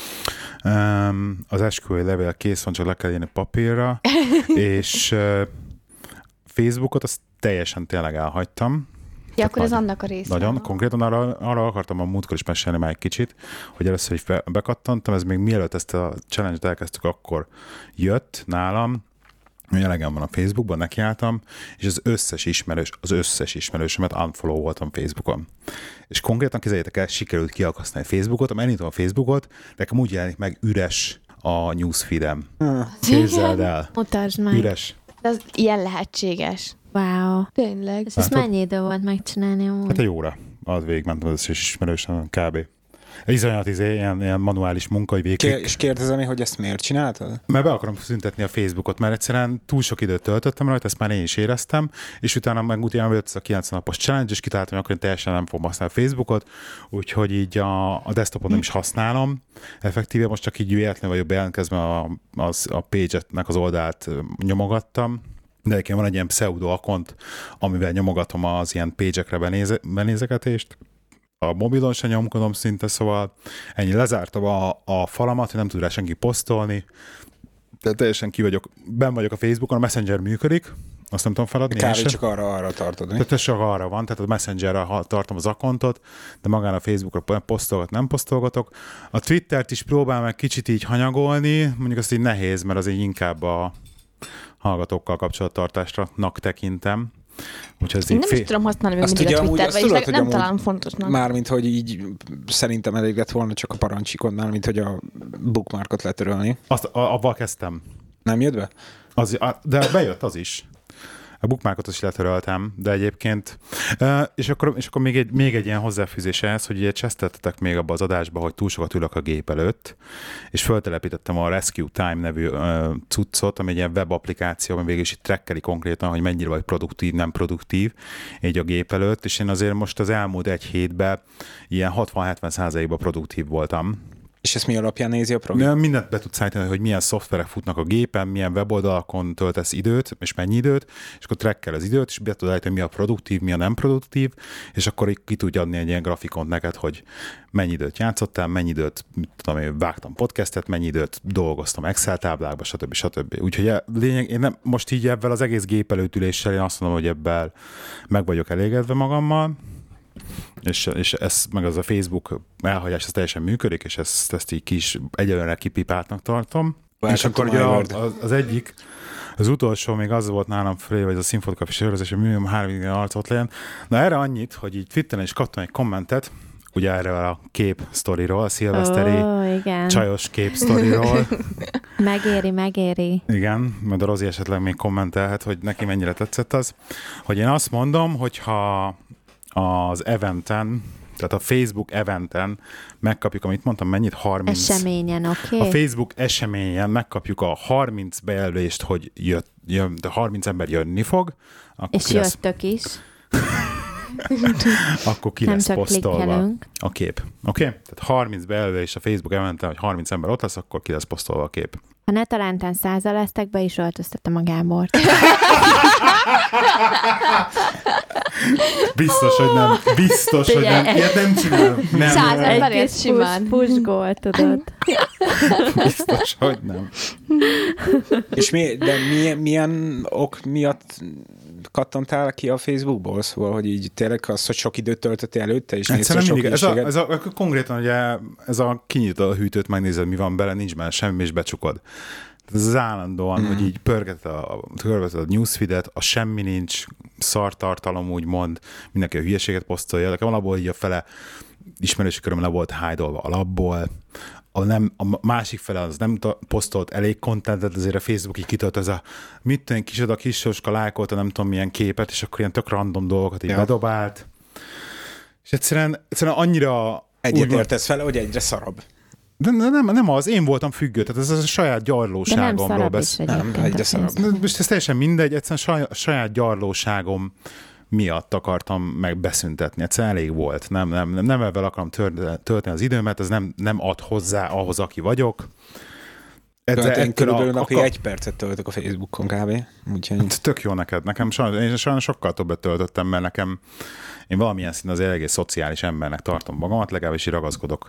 Um, az esküvői levél kész van, csak le kell írni papírra, és uh, Facebookot azt teljesen tényleg elhagytam. Ja, akkor ez annak a része. Nagyon, konkrétan arra, arra akartam a múltkor is mesélni már egy kicsit, hogy először is bekattantam, ez még mielőtt ezt a challenge-et elkezdtük, akkor jött nálam, elegem van a Facebookban, nekiálltam, és az összes ismerős, az összes ismerősömet unfollow voltam Facebookon. És konkrétan képzeljétek el, sikerült kiakasztani a Facebookot, amely elindítom a Facebookot, nekem úgy jelenik meg üres a newsfeedem. Képzeld el. Mutasd meg. Üres. Ez ilyen lehetséges. Wow. Tényleg. Ez hát, mennyi idő volt megcsinálni amúgy? Hát egy óra. Az végigmentem az összes ismerősöm, kb. Iszonyat izé, ilyen, ilyen manuális munka, hogy végig. És kérdezem, hogy ezt miért csináltad? Mert be akarom szüntetni a Facebookot, mert egyszerűen túl sok időt töltöttem rajta, ezt már én is éreztem, és utána meg utána jött a kilencven napos challenge, és kitaláltam, hogy akkor én teljesen nem fogom használni a Facebookot, úgyhogy így a, a desktopon nem is használom. Effektíve most csak így véletlenül vagyok bejelentkezve a, az, a page-nek az oldalt nyomogattam, de egyébként van egy ilyen pseudo akont, amivel nyomogatom az ilyen page-ekre benéze, benézegetést. A mobilon sem nyomkodom szinte, szóval ennyi, lezártam a, a falamat, hogy nem tud rá senki posztolni, de teljesen ki vagyok, benn vagyok a Facebookon, a Messenger működik, azt nem tudom feladni. Kb. Csak arra, arra tartod, mi? Tehát ez csak arra van, tehát a Messengerre tartom az akkontot, de magán a Facebookra posztolgat, nem posztolgatok. A Twittert is próbálom meg kicsit így hanyagolni, mondjuk azt így nehéz, mert az így inkább a hallgatókkal kapcsolattartásra nak tekintem. Úgyhogy nem fél... is tudom használni még mindig a Twittert, vagyis nem találom fontosnak. Mármint, hogy így szerintem elég lett volna csak a parancsikodnál, mint hogy a bookmarkot letörölni. Azt, abban kezdtem. Nem jött be? Az, de bejött az is. A bookmarkot is letöröltem, de egyébként, és akkor, és akkor még, egy, még egy ilyen hozzáfűzés ehhez, hogy ugye csesztettetek még abba az adásba, hogy túl sokat ülök a gép előtt, és föltelepítettem a Rescue Time nevű uh, cuccot, ami egy ilyen web applikáció, ami végül is trackeli konkrétan, hogy mennyire vagy produktív, nem produktív így a gép előtt, és én azért most az elmúlt egy hétben ilyen hatvan-hetven százalékban produktív voltam. És ezt mi alapján nézi a program? Mindent be tudsz állítani, hogy milyen szoftverek futnak a gépen, milyen weboldalakon töltesz időt, és mennyi időt, és akkor trackkel az időt, és be tudod állítani, mi a produktív, mi a nem produktív, és akkor ki tudja adni egy ilyen grafikont neked, hogy mennyi időt játszottál, mennyi időt, mit tudom én, vágtam podcastet, mennyi időt dolgoztam Excel táblákba, stb. stb. Úgyhogy lényeg, én nem, most így ebben az egész gép előtüléssel én azt mondom, hogy ebben meg vagyok elégedve magammal, És, és ez, meg az a Facebook elhagyás, ez teljesen működik, és ezt, ezt így kis egyelőre kipipáltnak tartom. Welcome és akkor ugye az, az egyik, az utolsó még az volt nálam fölé, vagy a színfotókap és őrzés, hogy működöm három arc ott legyen. Na erre annyit, hogy így Twitteren is kaptam egy kommentet, ugye erre a kép sztoriról, a szilveszteri oh, csajos kép sztoriról. Megéri, megéri. Igen, mert a Rozi esetleg még kommentelhet, hogy neki mennyire tetszett az, hogy én azt mondom, hogyha az eventen, tehát a Facebook eventen megkapjuk, amit mondtam, mennyit? harminc Eseményen, oké. Okay. A Facebook eseményen megkapjuk a harminc bejelölést, hogy jött, jön, de harminc ember jönni fog. Akkor és jöttök lesz... is. Akkor ki lesz posztolva a kép. Oké? Okay? Tehát harminc bejelölés a Facebook eventen, hogy harminc ember ott lesz, akkor ki lesz posztolva a kép. Ha ne talántán százal lesztek, be is öltöztettem a Gábort. Biztos, hogy nem. Biztos, hogy nem. Ilyet nem csinálom. Száz emberért simán. Push-gól, tudod. Biztos, hogy nem. És mi, de milyen, milyen ok miatt kattantál ki a Facebookból? Szóval, hogy így tényleg az, hogy sok időt töltöttél előtte, és nézd sok mindig, ez, a, ez a, konkrétan ugye ez a kinyitod a hűtőt, megnézed, mi van bele, nincs benne semmi, és becsukod. Ez az állandóan, mm. hogy így pörgeted a, a, a newsfeedet, a semmi nincs, szartartalom úgymond, mindenki a hülyeséget posztolja, de alapból így a fele ismerősi köröm le volt hájdolva alapból, a, nem, a másik fele az nem posztolt elég kontentet, azért a Facebook így kitölt ez a mit tudom, kisoda, kisoska lájkolta, nem tudom milyen képet, és akkor ilyen tök random dolgokat így ja. bedobált. És egyszerűen, egyszerűen annyira... Egyet értesz fel, hogy egyre szarabb. De nem, nem az, én voltam függő, tehát ez a saját gyarlóságomról beszél. Nem, egyre szarabb. Most ez teljesen mindegy, egyszerűen saját gyarlóságom miatt akartam meg beszüntetni. Egyszerűen elég volt. Nem, nem, nem, nem ebben akarom tölteni az időmet, ez nem, nem ad hozzá ahhoz, aki vagyok. Egyszer, én körülbelül a, napi a, egy percet töltök a Facebookon kb. Úgyhogy... Tök jó neked. Nekem sajnos, én sajnos sokkal többet töltöttem, mert nekem én valamilyen szinten az eléggé szociális embernek tartom magamat, legalábbis így ragaszkodok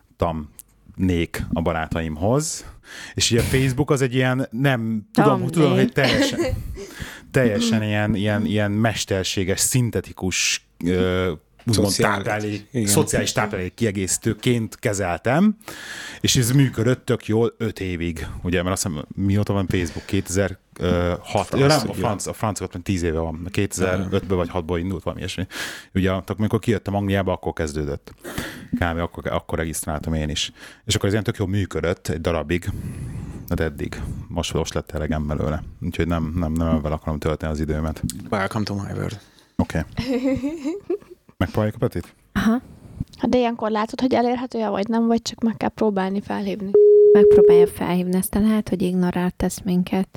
nék a barátaimhoz. És ugye a Facebook az egy ilyen, nem tudom, tudom hogy teljesen, teljesen ilyen, ilyen, ilyen mesterséges, szintetikus úgymond táplálék, szociális táplálék kiegészítőként kezeltem, és ez működött tök jól öt évig, ugye, mert azt hiszem, mióta van Facebook? kétezer-hat Ja, nem, a, franc, a francot tíz éve van, kétezer-ötből vagy hatból indult valami ilyesmi. Ugye, amikor kijöttem Angliába, akkor kezdődött. Kb. Akkor, akkor regisztráltam én is. És akkor ez ilyen tök jól működött egy darabig, de eddig. Most, most lett elegem belőle. Úgyhogy nem, nem, nem ebben akarom tölteni az időmet. Welcome to my world. Oké. Okay. Megpróbáljuk a Petit? Aha. Hát de ilyenkor látod, hogy elérhető-e vagy nem, vagy csak meg kell próbálni felhívni? Megpróbálja felhívni, aztán lehet, hogy ignorált tesz minket.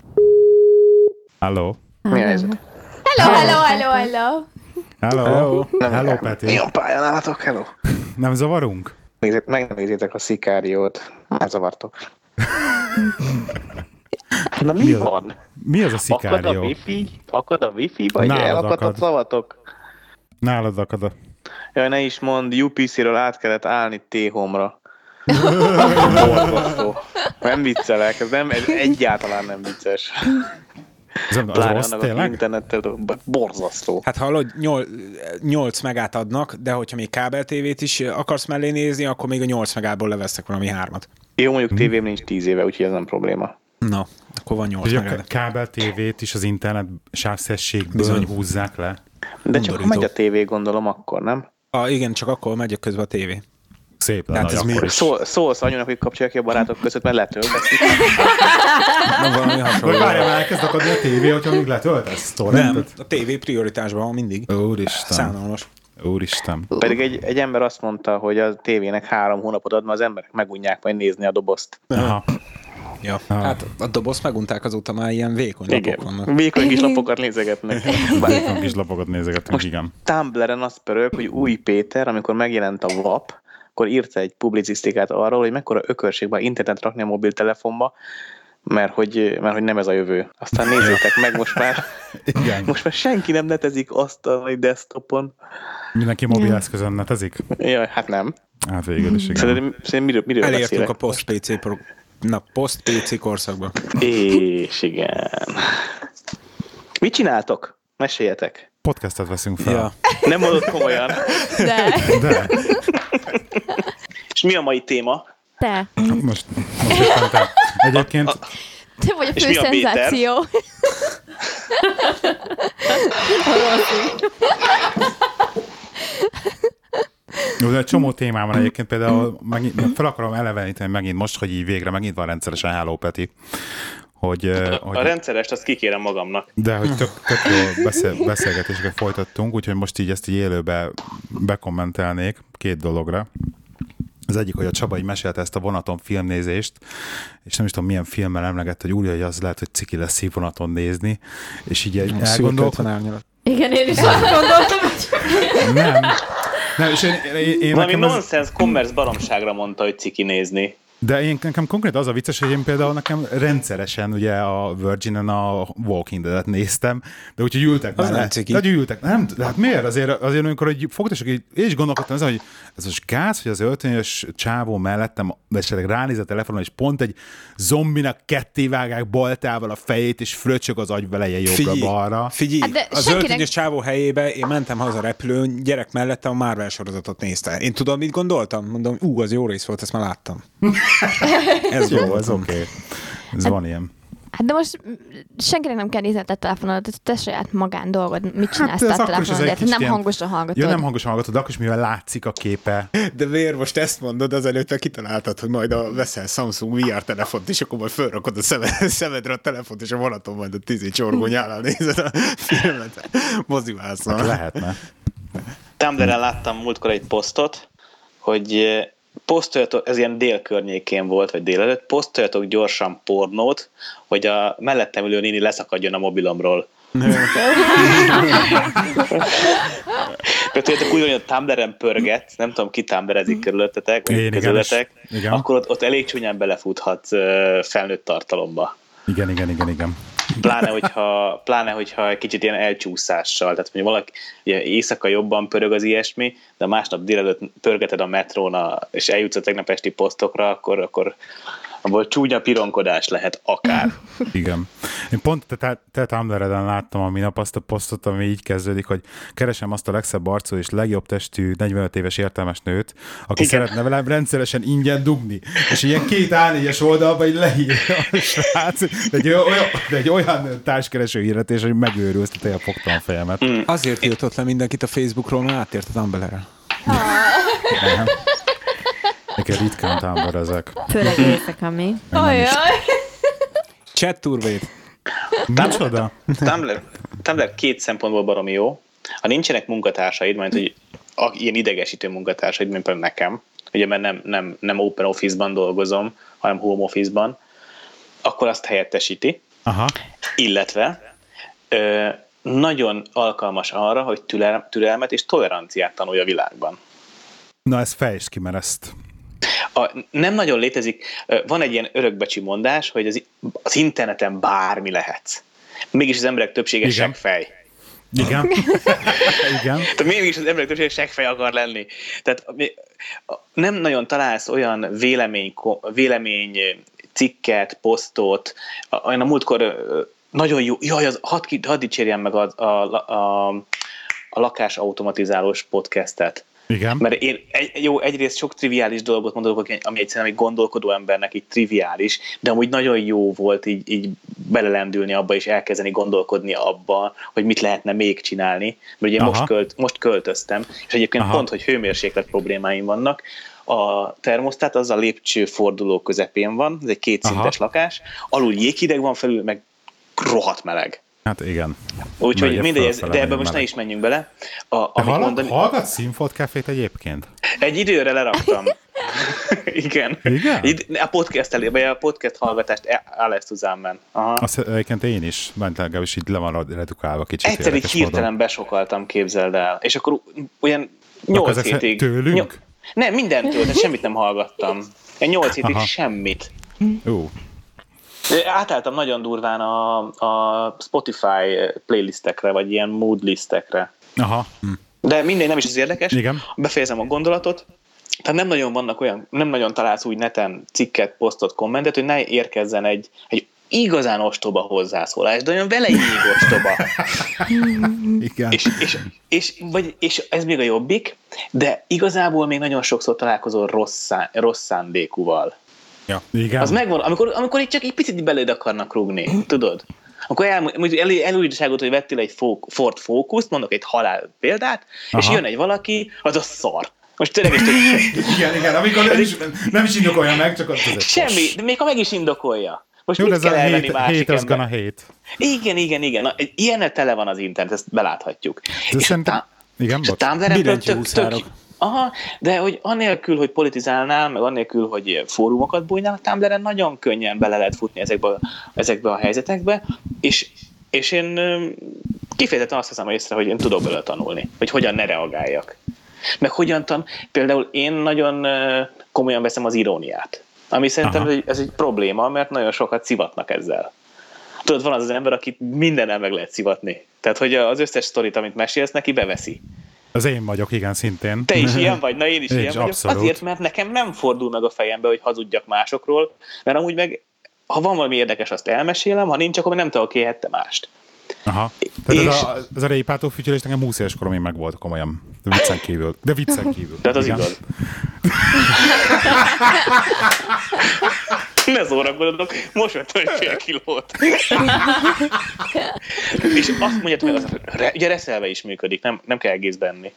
Halló? Mi a helyzet? Hello, hello, hello, hello. Hello, hello, hello Peti. Mi a pályán állatok, hello. Nem zavarunk? Meg nem nézzétek a szikáriót, nem zavartok. Na mi, mi van? Az, mi az a szikárió? Akad a wifi? Akad a wifi? Vagy elakadt a szavatok? Nálad akad a... Jaj, ne is mondd, u pé cé-ről át kellett állni T-Home-ra. Borzasztó. Nem viccelek, ez, nem, ez egyáltalán nem vicces. Ez az Pláne rossz, annak a tényleg? internettel borzasztó. Hát hallod, nyolc megát adnak, de hogyha még kábeltévét is akarsz mellé nézni, akkor még a nyolc megából levesznek valami hármat. Jó, mondjuk tévém nincs tíz éve, úgyhogy ez nem probléma. Na, akkor van nyolc Ugye a megát. kábel tévét is az internet sávszességből Bizony. húzzák le. De csak ha megy a tévé, gondolom, akkor nem? Ah, igen, csak akkor megy közben a tévé. Szép Tehát lenne, ez hogy mi? akkor is. Szól, szólsz anyunak, hogy kapcsolja ki a barátok között, mert letölteszik. Nem valami Vagy hasonló. várjál, már elkezd akadni a tévé, hogyha még letöltesz Nem, torrentet. a tévé prioritásban van mindig. Úristen. Szánalmas. Úristen. Pedig egy, egy ember azt mondta, hogy a tévének három hónapot ad, mert az emberek megunják majd nézni a dobozt. Aha. Ja. Ah. Hát a dobozt megunták, azóta már ilyen vékony lapok vannak. Igen. Vékony kis lapokat nézegetnek. Bármikor kis lapokat nézegetünk, Most igen. Tumblr-en azt pörög, hogy Új Péter, amikor megjelent a vé á pé, akkor írta egy publicisztikát arról, hogy mekkora ökörségben internet rakni a mobiltelefonba, mert hogy, mert hogy nem ez a jövő. Aztán nézzétek meg, most már, Igen. most már senki nem netezik asztalon, desktopon. Mindenki mobileszközön netezik? Jaj, hát nem. Hát végül is, igen. Szerintem, szerintem miről, miről Elértünk beszélek? a post-pé cé pro... Na, post-pé cé korszakban. És igen. Mit csináltok? Meséljetek. Podcastet veszünk fel. Ja. Nem mondod komolyan. De. De, És mi a mai téma? Te. most, most éppen te. Egyébként Te vagy a És fő mi a Péter? szenzáció. jó, de egy csomó témám van egyébként, például megint, fel akarom eleveníteni megint most, hogy így végre megint van rendszeresen Hello Peti. Hogy, eh, A hogy, rendszerest azt kikérem magamnak. de hogy tök, tök jó beszél, beszélgetéseket folytattunk, úgyhogy most így ezt így élőbe bekommentelnék két dologra. Az egyik, hogy a Csaba így mesélte ezt a vonaton filmnézést, és nem is tudom, milyen filmmel emlegett, hogy úgy, hogy az lehet, hogy ciki lesz szívvonaton nézni, és így elgondolkodtam. Igen, én is azt gondoltam, hogy... Nem. Nem, és én, én, én Valami nekem ez, nonsense commerce baromságra mondta, hogy ciki nézni. de én, nekem konkrét az a vicces, hogy én például nekem rendszeresen ugye a Virginen a Walking Dead-et néztem, de úgyhogy ültek Az mellé. nem ciki. De hogy ültek. Nem, de hát miért? Azért, azért amikor hogy fogtak, és és gondolkodtam ezen, hogy ez most gáz, hogy az öltönyös csávó mellettem esetleg ránéz a telefonon, és pont egy zombinak ketté vágják baltával a fejét, és fröcsög az agyveleje jobbra-balra. Figyelj, Hát de az senkinek- öltönyös csávó helyébe én mentem haza repülőn, gyerek mellette a Marvel sorozatot nézte. Én tudom, mit gondoltam? Mondom, ú, az jó rész volt, ezt már láttam. Ez Jó, volt. ez oké. Okay. Ez van ilyen. Hát de most senkinek nem kell nézni a te telefonodat, ez te saját magán dolgod, mit csinálsz ez te a akkor is ez egy telefonodért, kicsit nem ilyen- hangosan hallgatod. Jó, nem hangosan hallgatod, de akkor is mivel látszik a képe. De miért most ezt mondod, azelőtt te kitaláltad, hogy majd a veszel Samsung vé er telefont, és akkor majd fölrakod a szemed, szemedre a telefont, és a vonaton majd a tízi csorgó nyálán nézed a filmet. Mozivászol. Hát lehetne. Tumblr-en láttam múltkor egy posztot, hogy posztoljatok, ez ilyen dél környékén volt, vagy délelőtt, posztoljatok gyorsan pornót, hogy a mellettem ülő néni leszakadjon a mobilomról. De tudjátok úgy, hogy a Tumblr-en pörget, nem tudom, ki Tumblr-ezik körülöttetek, Én, vagy igen, közületek, és- igen. akkor ott, ott elég csúnyán belefuthat ö, felnőtt tartalomba. Igen, igen, igen, igen. Pláne hogyha, pláne, hogyha egy kicsit ilyen elcsúszással, tehát mondjuk valaki ugye, éjszaka jobban pörög az ilyesmi, de másnap délelőtt pörgeted a metrón, a, és eljutsz a tegnap esti posztokra, akkor, akkor abból csúnya pironkodás lehet akár. Igen. Én pont te, te, te Tumblr-eden láttam a minap azt a posztot, ami így kezdődik, hogy keresem azt a legszebb arcú és legjobb testű negyvenöt éves értelmes nőt, aki Igen. szeretne velem rendszeresen ingyen dugni. És ilyen két á négyes oldalba így leírja a srác, de egy olyan, de egy olyan társkereső hirdetés, hogy megőrülsz, hogy tényleg fogtam a fejemet. Mm. Azért tiltott le mindenkit a Facebookról, mert átért a Tumblr-re. Nekem ritkán Tumblr ezek. Főleg éjszaka mi. Ajaj. Chat turbét. Micsoda? Tumblr, Tumblr két szempontból baromi jó. Ha nincsenek munkatársaid, majd hogy a, ilyen idegesítő munkatársaid, mint például nekem, ugye mert nem, nem, nem Open Office-ban dolgozom, hanem Home Office-ban, akkor azt helyettesíti. Aha. Illetve ö, nagyon alkalmas arra, hogy türel, türelmet és toleranciát tanulja a világban. Na, ez fejtsd ki, mert ezt... A, nem nagyon létezik, van egy ilyen örökbecsi mondás, hogy az, az interneten bármi lehetsz. Mégis az emberek többsége Igen. seggfej. Igen. Igen. Tehát mégis az emberek többsége seggfej akar lenni. Tehát nem nagyon találsz olyan vélemény, vélemény cikket, posztot, olyan a múltkor nagyon jó, jaj, az, hadd, hadd dicsérjem meg a, a, a, a lakásautomatizálós podcastet. Igen. Mert én egy, jó, egyrészt sok triviális dolgot mondok, ami egyszerűen egy gondolkodó embernek így triviális, de amúgy nagyon jó volt így, így belelendülni abba, és elkezdeni gondolkodni abba, hogy mit lehetne még csinálni. Mert ugye most, költ, most költöztem, és egyébként Aha. pont, hogy hőmérséklet problémáim vannak. A termosztát az a lépcsőforduló közepén van, ez egy kétszintes Aha. lakás, alul jéghideg van, felül meg rohadt meleg. Hát igen. Úgyhogy mindegy, de ebben most ne is menjünk bele. A, hallgat, mondani... hallgatsz Színfolt Cafét egyébként? Egy időre leraktam. Igen. Igen? A podcast elé, vagy a podcast hallgatást Alex Zusammen. Azt egyébként én is, mert legalábbis így le van redukálva kicsit. Egyszer így hirtelen módon. Besokaltam, képzeld el. És akkor olyan nyolc hétig... Tőlünk? Ny- nem, mindentől, tehát semmit nem hallgattam. nyolc hétig Aha. semmit. Jó. Átálltam nagyon durván a, a Spotify playlistekre, vagy ilyen mood listekre. Aha. Hm. De mindegy, nem is az érdekes. Igen. Befejezem a gondolatot. Tehát nem nagyon vannak olyan, nem nagyon találsz úgy neten cikket, posztot, kommentet, hogy ne érkezzen egy, egy igazán ostoba hozzászólás, de olyan veleig ostoba. Igen. És, és, és, vagy, és ez még a jobbik, de igazából még nagyon sokszor találkozol rossz, rossz szándékúval. Ja, igen. Az megvan, amikor, amikor itt csak egy picit beléd akarnak rúgni, tudod? Akkor el, el, elújítságot, hogy vettél egy Ford Focust, mondok egy halál példát, Aha. és jön egy valaki, az a szar. Most tényleg is igen, igen, amikor nem is, nem is indokolja meg, csak az semmi, de még ha meg is indokolja. Most jó, mit kell elvenni másik hate ember? Hate. Igen, igen, igen. Na, ilyennel tele van az internet, ezt beláthatjuk. De és szerintem... tá- igen, és a Tumblr-en tök, tök, aha, de hogy anélkül, hogy politizálnál, meg anélkül, hogy fórumokat bújnál, a Tumblr-en nagyon könnyen bele lehet futni ezekbe, ezekbe a helyzetekbe, és, és én kifejezetten azt hiszem észre, hogy én tudok belőle tanulni, hogy hogyan ne reagáljak. Meg hogyan tan... Például én nagyon komolyan veszem az iróniát, ami szerintem ez egy, ez egy probléma, mert nagyon sokat szivatnak ezzel. Tudod, van az az ember, akit mindennel meg lehet szivatni. Tehát, hogy az összes sztorit, amit mesélsz, neki beveszi. Az én vagyok, igen, szintén. Te is ilyen vagy, na én is én ilyen is, vagyok. Abszolút. Azért, mert nekem nem fordul meg a fejembe, hogy hazudjak másokról, mert amúgy meg, ha van valami érdekes, azt elmesélem, ha nincs, akkor nem tudok éhette mást. Aha. Tehát és... ez, a, ez a répától fütyülés nekem húsz éves korom én meg volt komolyan. De viccen kívül. De viccen kívül. Tehát az igen. Igaz. Ne szórakozzatok, most vettem egy fél kilót. És azt mondjátok meg, az, ugye reszelve is működik, nem, nem kell egész benni.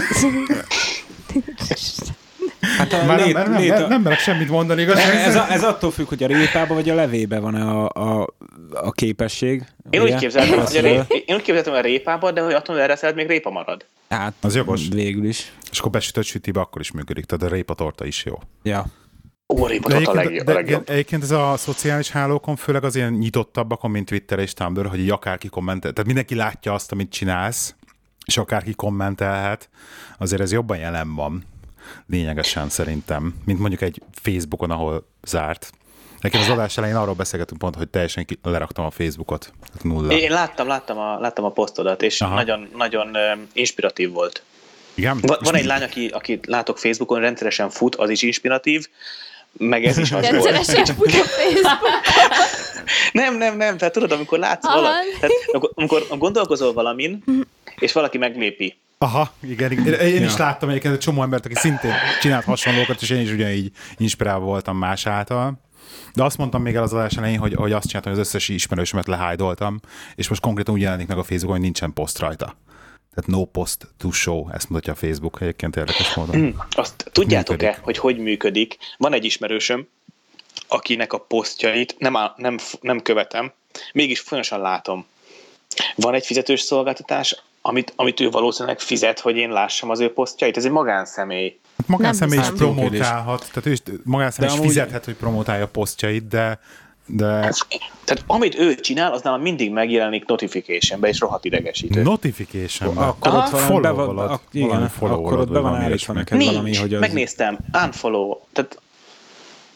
Hát a Már lét, nem, nem, lét, nem, nem merek semmit mondani, igaz? Ez, a, ez attól függ, hogy a répában vagy a levébe van a, a, a képesség. Én úgy, képzeltem, hogy a ré, én úgy képzeltem a répába, de hogy attól erre szeret, még répa marad. Hát, az jogos. Végül is. És akkor besütött sütibe, akkor is működik, tehát a répatorta is jó. Ja. Ó, a répatorta a legjobb. De, de, egyébként ez a szociális hálókon, főleg az ilyen nyitottabbakon, mint Twitter és Tumblr, hogy így akárki kommentel, tehát mindenki látja azt, amit csinálsz, és akárki kommentelhet, azért ez jobban jelen van. Lényegesen szerintem, mint mondjuk egy Facebookon, ahol zárt. Nekem az adás elején arról beszélgetünk pont, hogy teljesen leraktam a Facebookot. Nulla. Én láttam, láttam a, láttam a posztodat, és Aha. nagyon, nagyon um, inspiratív volt. Igen? Va, van egy lány, aki, akit látok Facebookon, rendszeresen fut, az is inspiratív, meg ez is az volt. Rendszeresen fut a Facebookon. Nem, nem, nem, tehát tudod, amikor látsz valamit, tehát amikor gondolkozol valamin, és valaki meglépi. Aha, igen, igen. Én ja. is láttam egyébként egy csomó embert, aki szintén csinált hasonlókat, és én is ugyanígy inspirálva voltam más által. De azt mondtam még el az adás elején, hogy, hogy azt csináltam, hogy az összes ismerősömet lehájdoltam, és most konkrétan úgy jelenik meg a Facebookon, hogy nincsen poszt rajta. Tehát no post to show, ezt mutatja a Facebook egyébként érdekes módon. Mm, azt tudjátok-e, működik. hogy hogy működik? Van egy ismerősöm, akinek a posztjait nem, nem, nem követem, mégis folyamatosan látom. Van egy fizetős szolgáltatás, amit, amit ő valószínűleg fizet, hogy én lássam az ő posztjait. Ez egy magánszemély. Magánszemély is promotálhat, tehát ő is, magánszemély is amúgy... fizethet, hogy promotálja a posztjait, de... de... Tehát amit ő csinál, az nálam mindig megjelenik notificationbe, és rohadt idegesítő. Notificationbe? Akkor ott van, be van, a, igen, akkor ott be van állítva neked valami, hogy az... megnéztem, unfollow, tehát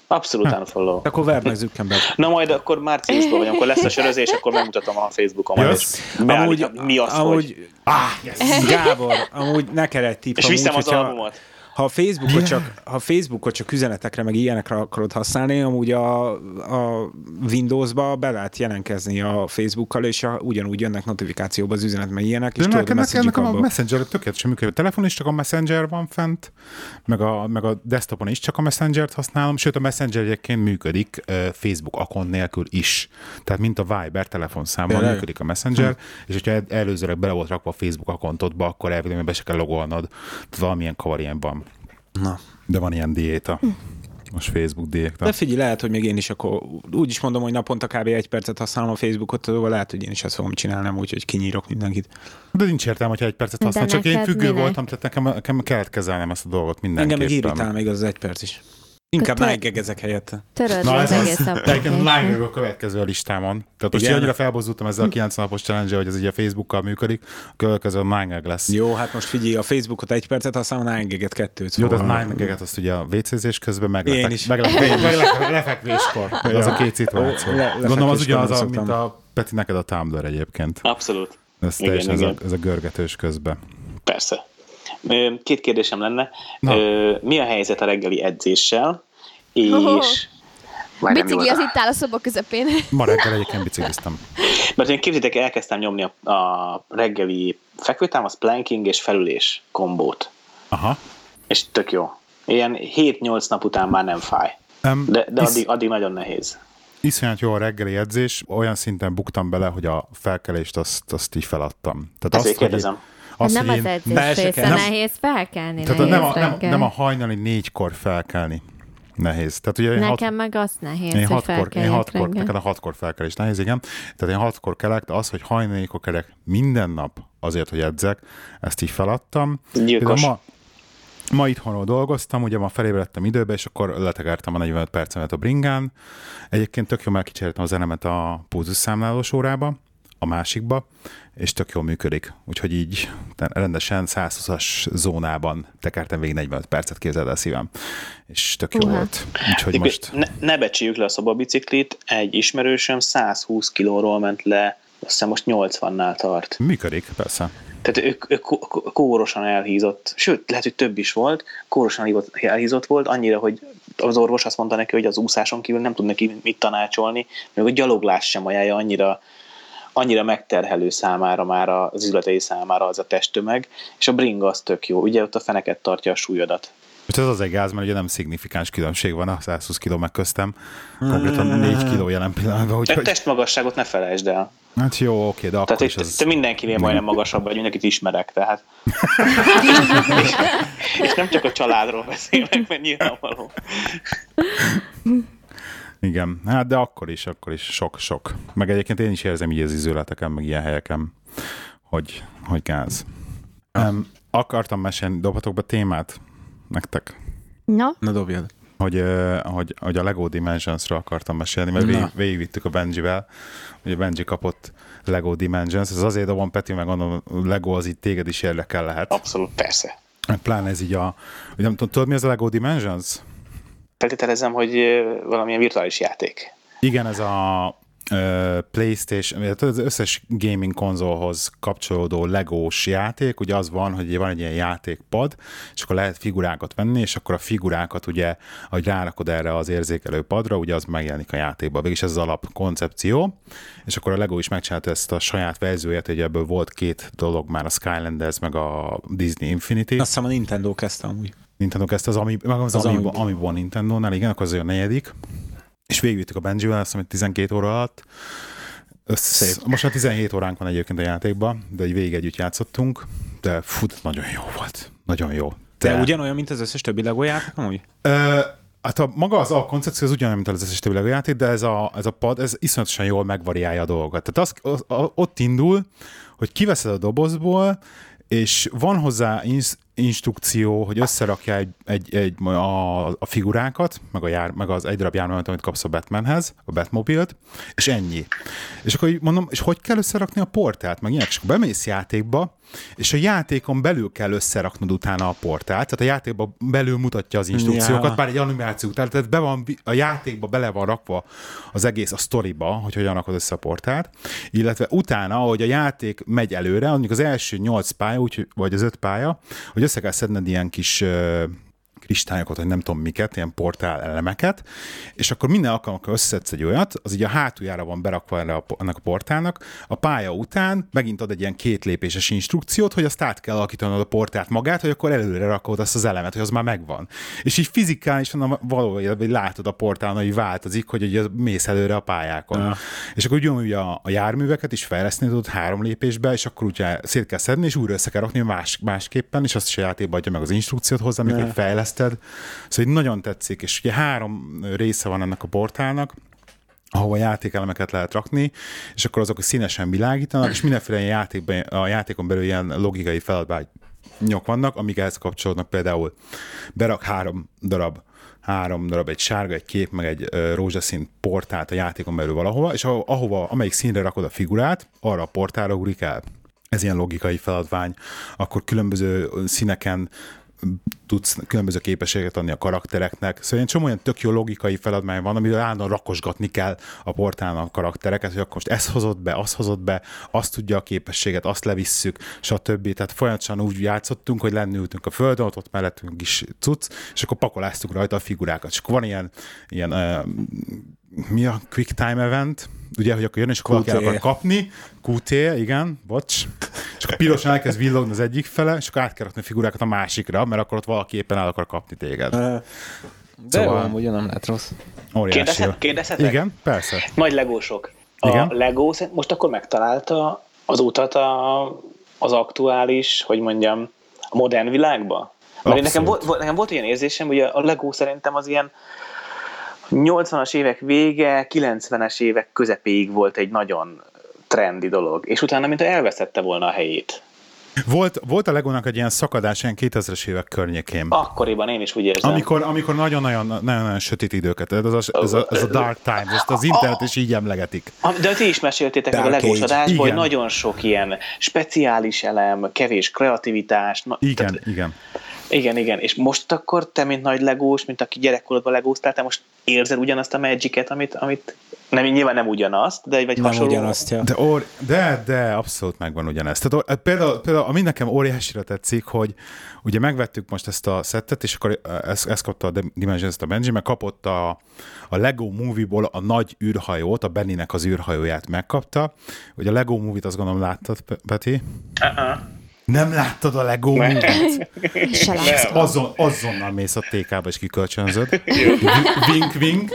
Abszolút unfollow. Akkor verd meg Zuckerberg. Na majd akkor márciusban vagy, amikor lesz a sörözés, akkor megmutatom a Facebookon. Yes. Amúgy, mi az, amúgy, hogy... Ah, yes. Gábor, amúgy neked egy tipp. És viszem az hogyha, albumot. Ha a Facebookot, yeah. csak, ha a Facebookot csak üzenetekre, meg ilyenekre akarod használni, amúgy a, a Windowsba be lehet jelentkezni a Facebookkal, és a, ugyanúgy jönnek notifikációba az üzenet, meg ilyenek, és de tudod a message-ig abba. A Messenger tökéletesen működik. A telefon is csak a Messenger van fent, meg a, meg a desktopon is csak a Messengert használom, sőt a Messenger egyébként működik uh, Facebook account nélkül is. Tehát mint a Viber telefonszámban Jaj. működik a Messenger, hm. és hogyha el, előzőleg bele volt rakva a Facebook accountodba, akkor elvileg be se kell logolnod. Tehát valamilyen kavar ilyen van. Na. De van ilyen diéta. Most Facebook diéta. De figyelj, lehet, hogy még én is akkor úgy is mondom, hogy naponta kb. egy percet használom a Facebookot, lehet, hogy én is ezt fogom csinálni, úgyhogy kinyírok mindenkit. De nincs értelme, hogyha egy percet használom, csak én függő minek? voltam, tehát nekem, nekem kellett kezelnem ezt a dolgot mindenképpen. Engem meg irritál még az egy perc is. Inkább nájgegezek helyette. Töröd no, az egész applikációt. Nájgeg a következő a listámon. Tehát most annyira felbozdultam ezzel a kilencven napos challenge, hogy ez így a Facebookkal működik, a következő a nájgeg lesz. Jó, hát most figyelj, a Facebookot egy percet, aztán a nájgeget kettőt. Jó, de az nájgeget azt ugye a vécézés közben meg lefekvéskor. Az a két szituáció. Gondolom az ugyanaz, mint a Peti, neked a Tumblr egyébként. Abszolút. Ez teljesen ez a, ez a görgetős közben. Persze. Két kérdésem lenne. Na. Mi a helyzet a reggeli edzéssel? És... Oh. Bicikli az itt áll a szoba közepén. Ma reggel egyébként bicikliztem. Mert én képzétek, elkezdtem nyomni a, a reggeli fekvőtámasz, planking és felülés kombót. Aha. És tök jó. Ilyen hét-nyolc nap után már nem fáj. Um, de de isz... addig, addig nagyon nehéz. Iszonyat jó a reggeli edzés. Olyan szinten buktam bele, hogy a felkelést azt, azt így feladtam. Tehát Ezért azt, kérdezem. Az, nem az edzés része, nehéz felkelni. Tehát nem a, nem, nem a hajnali négykor felkelni nehéz. Tehát ugye nekem hat, meg az nehéz, én hogy hatkor, felkeljek én hatkor, neked a hatkor felkelés nehéz, igen. Tehát én hatkor kelek, de az, hogy hajnali négykor kelek minden nap azért, hogy edzek, ezt így feladtam. Gyilkos. Ma, ma itthonról dolgoztam, ugye ma felébredtem időbe, és akkor letekertem a negyvenöt percemet a bringán. Egyébként tök jó, mert kicseréltem az elemet a pulzusszámlálós órába, a másikba, és tök jól működik. Úgyhogy így rendesen százhúszas zónában tekertem végig negyvenöt percet, képzeld el szívem. És tök jó uh-huh. volt. Úgyhogy most... Ne, ne becsüljük le a szobabiciklit, egy ismerősöm százhúsz kilóról ment le, azt hiszem most nyolcvannál tart. Működik, persze. Tehát ő, ő kórosan elhízott, sőt, lehet, hogy több is volt, kórosan elhízott volt, annyira, hogy az orvos azt mondta neki, hogy az úszáson kívül nem tud neki mit tanácsolni, meg a gyaloglás sem ajánlja, annyira annyira megterhelő számára már az üzletei számára az a testtömeg, és a bringa az tök jó. Ugye ott a feneket tartja a súlyodat. Most ez az egy gáz, mert ugye nem szignifikáns különbség van a százhúsz kiló meg köztem. Konkrétan négy kiló jelen pillanatban. Úgyhogy... A testmagasságot ne felejtsd el. Hát jó, oké, de akkor tehát is ez... te mindenkinél majdnem magasabb vagy, mindenkit ismerek, tehát. És nem csak a családról beszélek, mert nyilvánvaló. Igen, hát de akkor is, akkor is sok-sok. Meg egyébként én is érzem így az izületeken, meg ilyen helyeken, hogy, hogy gáz. Um, akartam mesélni, dobhatok be témát nektek? Na? Na dobjad. Hogy, hogy, hogy a Lego Dimensions-ről akartam mesélni, mert végig, végigvittük a Benjivel, hogy a Benji kapott Lego Dimensions. Ez azért dobom, Peti, meg gondolom, Lego az itt téged is érdekel lehet. Abszolút, persze. Pláne ez így a... Nem tudod, mi az a Lego Dimensions? Feltételezem, hogy valamilyen virtuális játék. Igen, ez a uh, PlayStation, az összes gaming konzolhoz kapcsolódó legós játék, ugye az van, hogy van egy ilyen játékpad, és akkor lehet figurákat venni, és akkor a figurákat ugye, ahogy rárakod erre az érzékelő padra, ugye az megjelenik a játékban. Végülis ez az alapkoncepció, és akkor a Lego is megcsinálta ezt a saját verzióját, hogy ebből volt két dolog már, a Skylanders, meg a Disney Infinity. Azt hiszem a Nintendo kezdte amúgy. Nintendo kezdte az, ami, az, az Amiibo, Amiibo Nintendo-nál, igen, akkor az olyan negyedik. És végigvittük a Benjivel, azt hiszem, hogy tizenkét óra alatt. Össz, most már tizenhét óránk van egyébként a játékban, de egy végig együtt játszottunk, de fut, nagyon jó volt. Nagyon jó. De, de ugyanolyan, mint az összes többi Lego játék, amúgy? Ö, hát a, maga az a koncepció az ugyanolyan, mint az összes többi Lego játék, de ez a, ez a pad, ez iszonyatosan jól megvariálja a dolgokat. Tehát az, az, az, ott indul, hogy kiveszed a dobozból, és van hozzá insz, instrukció, hogy összerakja egy, egy, egy, a, a figurákat, meg, a jár, meg az egy darab járművet, amit kapsz a Batmanhez, a Batmobilt, és ennyi. És akkor így mondom, és hogy kell összerakni a portált, meg ilyenek, és akkor bemész játékba, és a játékon belül kell összeraknod utána a portált, tehát a játékban belül mutatja az instrukciókat, ja. Bár egy animáció után, tehát be van, a játékba bele van rakva az egész a sztoriba, hogy hogyan rakod össze a portált, illetve utána, ahogy a játék megy előre, mondjuk az első nyolc pálya, úgy, vagy az öt pálya, hogy össze kell szedned ilyen kis uh, kristályokat, vagy nem tudom miket, ilyen portál elemeket, és akkor minden alkalommal összeszedsz egy olyat, az így a hátuljára van berakva erre a, ennek a portálnak, a pálya után megint ad egy ilyen két lépéses instrukciót, hogy azt át kell alakítanod a portált magát, hogy akkor előre rakod azt az elemet, hogy az már megvan. És így fizikálisan valójában látod a portálon, hogy változik, hogy ugye mész előre a pályákon. Ja. És akkor ugyanúgy a, a járműveket is fejleszteni tudod három lépésbe, és akkor ugye szét kell szedni, és újra össze kell rakni más, másképpen, és azt is a játékban adja meg az instrukciót hozzá, amikor ja. fejleszt. Szóval nagyon tetszik, és ugye három része van ennek a portálnak, ahova játékelemeket lehet rakni, és akkor azok színesen világítanak, és mindenféle játékban, a játékon belül ilyen logikai feladványok vannak, amik ehhez kapcsolódnak, például berak három darab három darab, egy sárga, egy kék, meg egy uh, rózsaszín portált a játékon belül valahova, és ahova, amelyik színre rakod a figurát, arra a portálra ugrik el. Ez ilyen logikai feladvány. Akkor különböző színeken tudsz különböző képességet adni a karaktereknek. Szóval ilyen csomó olyan tök jó logikai feladvány van, amivel állandóan rakosgatni kell a portálon a karaktereket, hogy akkor most ezt hozott be, azt hozott be, azt tudja a képességet, azt levisszük, stb. Tehát folyamatosan úgy játszottunk, hogy lennültünk a földön, ott, ott mellettünk is cucc, és akkor pakoláztuk rajta a figurákat. És akkor van ilyen, ilyen uh, mi a quick time event, ugye, hogy akkor jön, és akkor valaki el akar kapni, kú té, igen, bocs, és akkor pirosan elkezd villogni az egyik fele, és akkor át kell rakni a figurákat a másikra, mert akkor ott valaki éppen el akar kapni téged. De szóval... jó, ugye nem lehet rossz. Kérdezhet, kérdezhetek? Igen, persze. Nagy legósok. A igen? Lego most akkor megtalálta az utat a, az aktuális, hogy mondjam, a modern világba? Mert nekem volt, nekem volt olyan érzésem, hogy a Lego szerintem az ilyen nyolcvanas évek vége, kilencvenes évek közepéig volt egy nagyon trendi dolog, és utána mintha elvesztette volna a helyét. Volt, volt a Legónak egy ilyen szakadás ilyen kétezres évek környékén. Akkoriban én is úgy érzem. Amikor, amikor nagyon-nagyon sötét időket, ez a, ez a, ez a dark times, ezt az internet is így emlegetik. De ti is meséltétek dark meg a Legós adásból, hogy nagyon sok ilyen speciális elem, kevés kreativitás. Na, igen, tehát, igen. Igen, igen. És most akkor te, mint nagy legós, mint aki gyerekkorodban legóztál, te most érzed ugyanazt a Magic-et, amit, amit nem, nyilván nem ugyanazt, de vagy nem hasonló. Ugyanazt, ja. de, or, de, de abszolút megvan ugyanezt. Tehát, például, például ami nekem óriásira tetszik, hogy ugye megvettük most ezt a szettet, és akkor ezt, ezt kapta a Dimensions-t a Benji, meg kapott a, a Lego Movie-ból a nagy űrhajót, a Bennynek az űrhajóját megkapta. Ugye a Lego Movie-t azt gondolom láttad, Peti? Uh-uh. Nem láttad a Lego Movie-t? Azon, azonnal mész a té ká-ba és kikölcsönzöd. Wink, wink.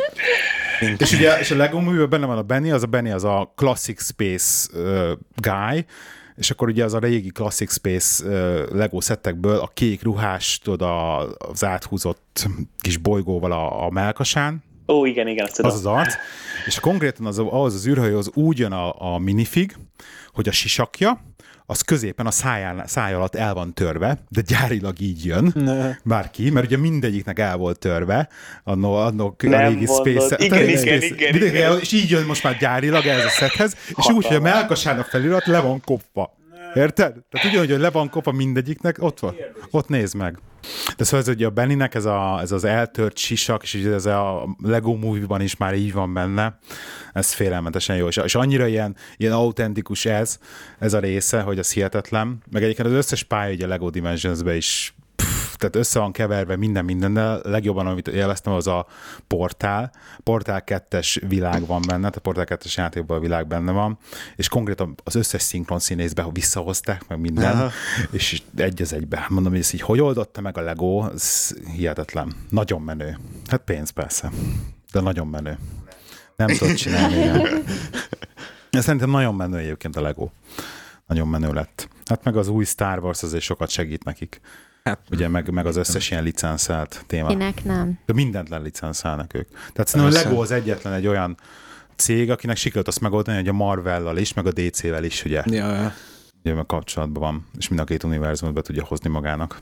És ugye és a Lego Movie-ben benne van a Benny, az a Benny az a Classic Space uh, guy, és akkor ugye az a régi Classic Space uh, Lego szettekből a kék ruhás, tudod, az áthúzott kis bolygóval a, a melkasán. Ó, igen, igen, azt tudom. Az az arc. És konkrétan az, ahhoz az űrhajóhoz úgy jön a, a minifig, hogy a sisakja, az középen a száján, száj alatt el van törve, de gyárilag így jön, ne. Bárki, mert ugye mindegyiknek el volt törve, annó, annó a régi Space... Igen, igen, space, igen, igen, igen. És így jön most már gyárilag ez a szethez, és úgy, hogy a melkasán a felirat le van kopva. Érted? Tehát ugyanúgy, hogy le van kopva mindegyiknek, ott van. Ott nézd meg. De szóval ez ugye a Bennynek ez, a, ez az eltört sisak, és ez a Lego Movie-ban is már így van benne. Ez félelmetesen jó. És, és annyira ilyen, ilyen autentikus ez, ez a része, hogy az hihetetlen. Meg egyébként az összes pálya ugye a Lego Dimensions-be is pff, tehát össze van keverve minden mindennel. Legjobban, amit élveztem, az a Portál. Portál kettes világ van benne, tehát a Portál kettes játékban a világ benne van, és konkrétan az összes szinkron színészbe visszahozták, meg minden, aha. És egy az egybe. Mondom, hogy ezt így hogy oldotta meg a Lego, ez hihetetlen. Nagyon menő. Hát pénz persze, de nagyon menő. Nem tudod csinálni, igen. Szerintem nagyon menő egyébként a Lego. Nagyon menő lett. Hát meg az új Star Wars azért sokat segít nekik. Hát, ugye meg, meg az összes ilyen licenszelt téma. Kinek nem. De mindent lelicenszálnak ők. Tehát szerintem a Lego az egyetlen egy olyan cég, akinek sikerült azt megoldani, hogy a Marvellal is, meg a dé cével is, ugye. Ja, ja. Ugye meg kapcsolatban van, és mind a két univerzumot be tudja hozni magának.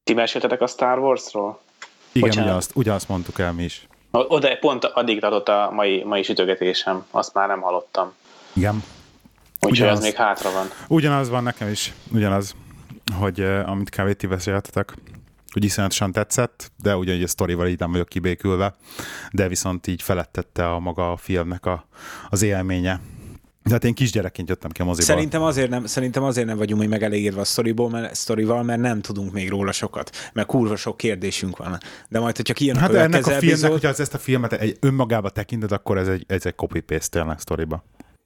Ti meséltetek a Star Warsról? Igen, ugyanazt, ugyanazt mondtuk el mi is. Oda pont addig tartott a mai, mai sütögetésem, azt már nem hallottam. Igen. Úgyhogy az még hátra van. Ugyanaz van nekem is, ugyanaz, hogy uh, amit kb. Ti beszéltetek, hogy iszonyatosan tetszett, de ugyanígy a sztorival így nem vagyok kibékülve, de viszont így felettette a maga a filmnek a, az élménye. De hát én kisgyerekként jöttem ki a moziból. Szerintem azért nem, szerintem azért nem vagyunk még megelégedve a sztoriból, mert, sztorival, mert nem tudunk még róla sokat, mert kurva sok kérdésünk van. De majd, hogyha kijön hát a következő ennek a filmnek, epizód... hogyha ezt a filmet egy önmagába tekinted, akkor ez egy, ez egy copy-paste tényleg sztoriba.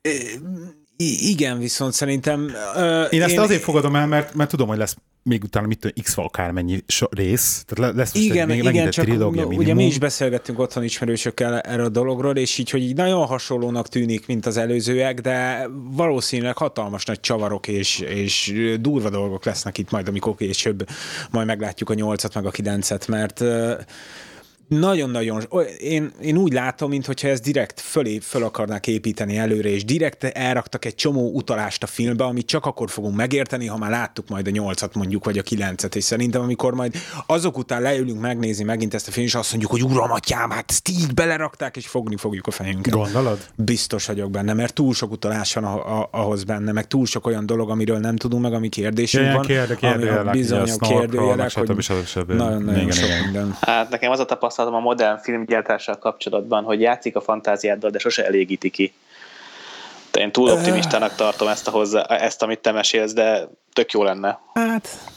I- igen, viszont szerintem... Uh, én ezt én... azért fogadom el, mert, mert tudom, hogy lesz még utána mit tudom, x akármennyi so- rész, tehát lesz most igen, egy, még igen, egy csak trilógia no, minimum. ugye mi is beszélgettünk otthon ismerősökkel erről a dologról, és így, hogy így nagyon hasonlónak tűnik, mint az előzőek, de valószínűleg hatalmas nagy csavarok és, és durva dolgok lesznek itt majd, amikor később majd meglátjuk a nyolcat meg a kilencet, mert nagyon-nagyon, én, én úgy látom, mintha ezt direkt fölé föl akarnák építeni előre, és direkt elraktak egy csomó utalást a filmbe, amit csak akkor fogunk megérteni, ha már láttuk majd a nyolcat mondjuk, vagy a kilencet, és szerintem amikor majd azok után leülünk megnézni megint ezt a filmet, és azt mondjuk, hogy uram, atyám, hát ezt így belerakták, és fogni fogjuk a fejünket. Gondolod? Biztos vagyok benne, mert túl sok utalás van a, a, ahhoz benne, meg túl sok olyan dolog, amiről nem tudunk, meg ami kérdésünk van, kérde, kérde, ami a bizonyos kérdőjelek, hogy nagyon-nagyon sok minden. Hát nekem az a tapasztalatom a modern filmgyártással kapcsolatban, hogy játszik a fantáziáddal, de sose elégíti ki. De én túl optimistának tartom ezt, a hozzá, ezt amit te mesélsz, de tök jó lenne. Hát...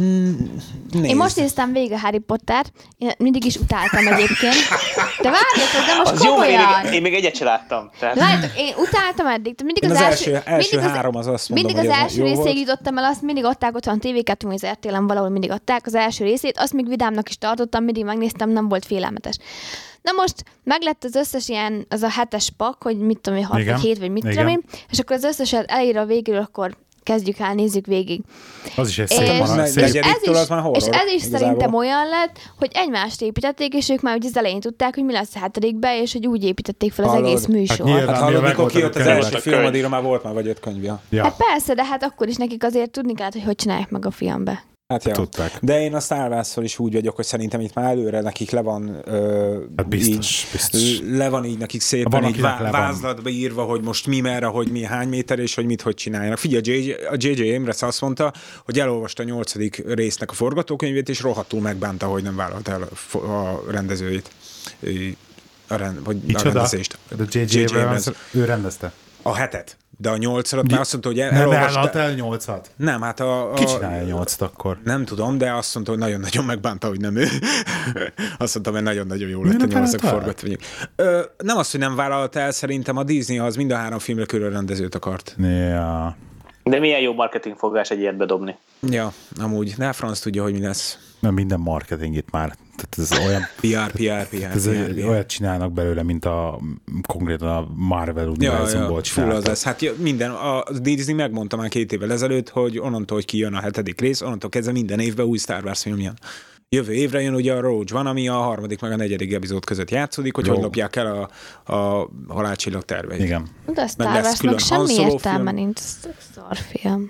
Nézd. Én most néztem végig a Harry Pottert, én mindig is utáltam egyébként, de várjatok, de most az komolyan. Jó, én, még, én még egyet sem láttam. Tehát... Várjatok, én utáltam eddig, de mindig az, az, az első, első, első mindig három az azt mondom, mindig az első részéig volt. jutottam el, azt mindig adták otthon a té vé kettőn, az er té el-en valahol mindig adták az első részét, azt még vidámnak is tartottam, mindig megnéztem, nem volt félelmetes. Na most meglett az összes ilyen, az a hetes pak, hogy mit tudom én, hat vagy hét, vagy mit tudom én, és akkor az összeset elír a végül, akkor kezdjük el, nézzük végig. Az is egy szép van. És, és, ez is, az már horror, és ez is igazából. Szerintem olyan lett, hogy egymást építették, és ők már ugye az elején tudták, hogy mi lesz a hetedikbe, és hogy úgy építették fel az hallod, egész műsort. Hát, hát hallod, mikor kijött az első film, addigra már volt már vagy öt könyvja. Ja. Hát persze, de hát akkor is nekik azért tudni kellett, hogy hogy csinálják meg a filmbe. Hát ja. De én a Star Wars-szól is úgy vagyok, hogy szerintem itt már előre nekik le van ö, hát biztos, így, biztos. le van így nekik szépen így vá- vázlatba írva, hogy most mi merre, hogy mi hány méter, és hogy mit hogy csináljanak. Figyelj, a jé jé Abrams azt mondta, hogy elolvasta a nyolcadik résznek a forgatókönyvét, és rohadtul megbánta, hogy nem vállalta el a, a rendezőjét. A, rend, vagy a rendezést. De jé jé Abrams, ő rendezte. A hetet. De a nyolcadat már azt mondta, hogy elolvasta. Nem el nyolcat. Nem, hát a... a Ki csinálja nyolcat akkor? Nem tudom, de azt mondta, hogy nagyon-nagyon megbánta, hogy nem ő. Azt mondta, hogy nagyon-nagyon jó lett a nyolcak forgatókönyv. Nem azt, hogy nem vállalta el, szerintem a Disney az mind a három filmre külön rendezőt akart. Ja. De milyen jó marketing fogás egy ilyet bedobni. Ja, amúgy. De a franc tudja, hogy mi lesz. Nem minden marketing itt már. Tehát ez olyan... pé er, pé er, pé er. Ez pé er. Olyat csinálnak belőle, mint a konkrétan a Marvel univerzumból ja, ja, csináltak. Full az lesz. Hát minden, a Disney megmondta már két évvel ezelőtt, hogy onnantól, hogy kijön a hetedik rész, onnantól kezdve minden évben új Star Wars film jön. Jövő évre jön ugye a Rogue van, ami a harmadik meg a negyedik epizód között játszódik, hogy Rogue. Hogy lopják el a, a halálcsillag terveit. Igen. De a Star Warsnak semmi értelme nincs, szarfilm.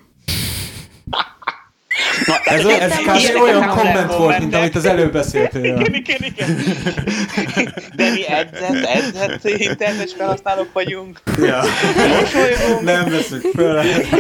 Na, ez ez kb. Olyan komment volt, mint amit az előbb beszéltél. Igen, igen, igen. De mi edzett, edzett internetes felhasználók vagyunk. Ja. Nem veszünk föl.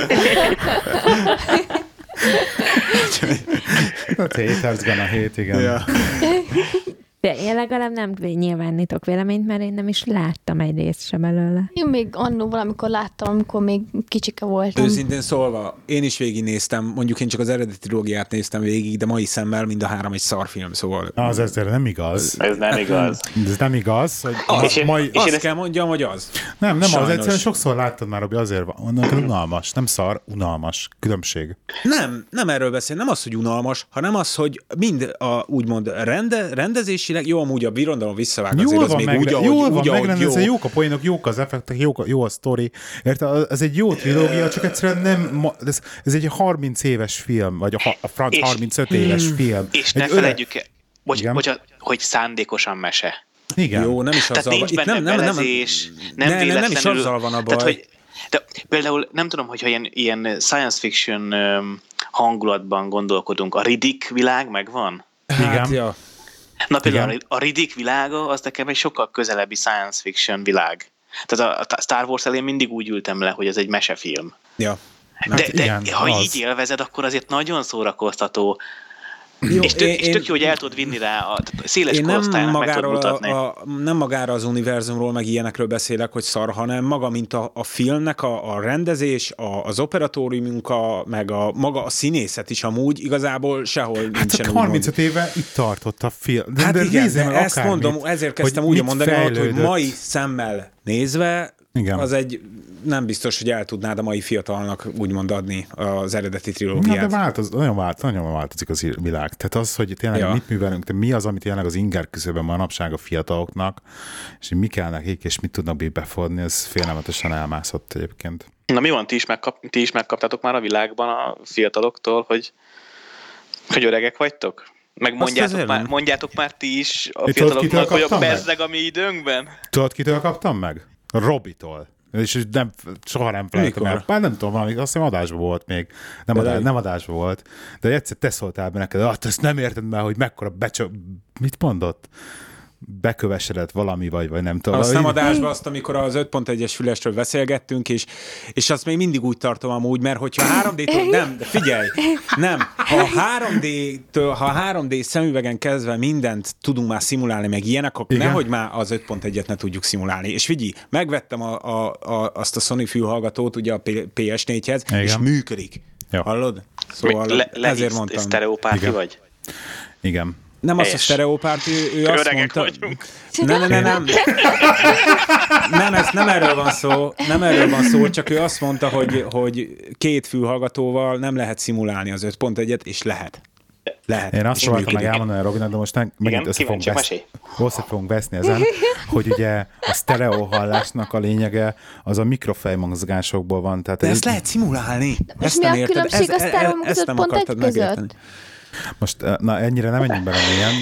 A haters gonna hate, igen. Ja. De én legalább nem nyilvánítok véleményt, mert én nem is láttam egy részt sem belőle. Én még annól valamikor láttam, amikor még kicsike voltam. Őszintén szólva, én is végignéztem, mondjuk én csak az eredeti trilógiát néztem végig, de mai szemmel mind a három egy szarfilm, szóval... Az ezzel nem igaz. Ez nem igaz. Ez nem igaz. Hogy az, és mai... és azt kell mondjam, hogy az. Nem, nem Sajnos. Az egyszerűen sokszor láttad már, Robi, azért van. Unalmas, nem szar, unalmas. Különbség. Nem, nem erről beszél, nem az, hogy unalmas, hanem az, hogy mind a úgymond rende, rendezési jó, amúgy a Virondalon visszavág azért jól az van még meg, úgy, ahogy, jól van úgy, megrendezve, jó. jók a poénok, jók az effektek, jó, jó a sztori. Érted? Ez egy jó trilógia, csak egyszerűen nem, ez, ez egy harminc éves film, vagy a, a franc harmincöt éves film. És egy ne öle... felejtjük el, bocs, bocsánat, hogy szándékosan mese. Igen. Jó, nem is Tehát azzal nincs van. benne Nem, nem, nem, belezés, nem, nem, véletlenül. nem is azzal van a baj. Tehát, hogy, de például nem tudom, hogyha ilyen, ilyen science fiction um, hangulatban gondolkodunk. A Riddick világ megvan? Hát, Igen. ja. Na például igen. A Riddick világa az nekem egy sokkal közelebbi science fiction világ. Tehát a Star Wars elén mindig úgy ültem le, hogy ez egy mesefilm. Ja. De, Hát de igen, ha az. így élvezed, akkor azért nagyon szórakoztató. Jó, és, tök, én, és tök jó, hogy el tudod vinni rá a széles én korosztálynak nem meg tudod magáról, mutatni. a, a, nem magára az univerzumról, meg ilyenekről beszélek, hogy szar, hanem maga, mint a, a filmnek a, a rendezés, a, az operatóri munka, meg a maga a színészet is amúgy igazából sehol Hát nincsen. csak harmincöt éve itt tartott a film. De, Hát de igen, nézzél de meg ezt akármit, mondom, ezért kezdtem hogy úgy mit mondani, hogy fejlődött. mai szemmel nézve, Igen. az egy nem biztos, hogy el tudnád a mai fiatalnak úgymond adni az eredeti Na, trilógiát. de változ, nagyon, vált, nagyon változik az világ. Tehát az, hogy tényleg Ja. mit művelünk, de mi az, amit tényleg az inger küszöbben manapság a fiataloknak, és hogy mi kell nekik, és mit tudnak még befordni, ez félelmetesen elmászott egyébként. Na mi van, ti is, megkap, ti is megkaptátok már a világban a fiataloktól, hogy, hogy öregek vagytok? Meg mondjátok azért már, nem. mondjátok már ti is a Én tudod, kitől fiataloknak, hogy a kaptam meg? bezzeg a mi időnkben? Tudod, kitől kaptam meg? Robitól. És nem, soha nem felejtem el. Már nem tudom, valami, azt hiszem adásban volt még. Nem, adás, nem adásban volt. De egyszer te szóltál be neked, ah, te ezt nem érted már, hogy mekkora becsö... Mit mondott? Bekövesedett valami, vagy, vagy nem tudom. Azt nem Valami- adásban, azt, amikor az öt pont egyes fülesről beszélgettünk, és, és azt még mindig úgy tartom amúgy, mert hogyha három dé-től, nem, de figyelj, nem, ha három dé-től, ha három dé szemüvegen kezdve mindent tudunk már szimulálni, meg ilyenek, akkor Igen. nehogy már az öt pont egyet ne tudjuk szimulálni. És figyelj, megvettem a, a, a, azt a Sony fülhallgatót, ugye a pé es négyhez, Igen. és működik. Jó. Hallod? Szóval Le, le, ezért mondtam. sztereopárti Igen. vagy? Igen. Nem az a Helyes. sztereopárti, ő, ő azt Öregek mondta... vagyunk. Nem, nem, nem, nem. Nem, ez nem erről van szó, nem erről van szó, csak ő azt mondta, hogy, hogy két fülhallgatóval nem lehet szimulálni az öt pont egyet, és lehet. Lehet. Én azt és próbáltam meg működik. elmondani Robinak, de most nem, megint össze fogunk, kíváncsi, vesz, mesélj. össze fogunk veszni ezen, hogy ugye a sztereó hallásnak a lényege az a mikrofejmozgásokból van. Tehát De ez- ezt lehet szimulálni. Most Ezt mi nem a érted? különbség a Ez- e- sztereó ezt között nem pont akartad egy között? megérteni. Most, na ennyire nem menjünk bele mélyen.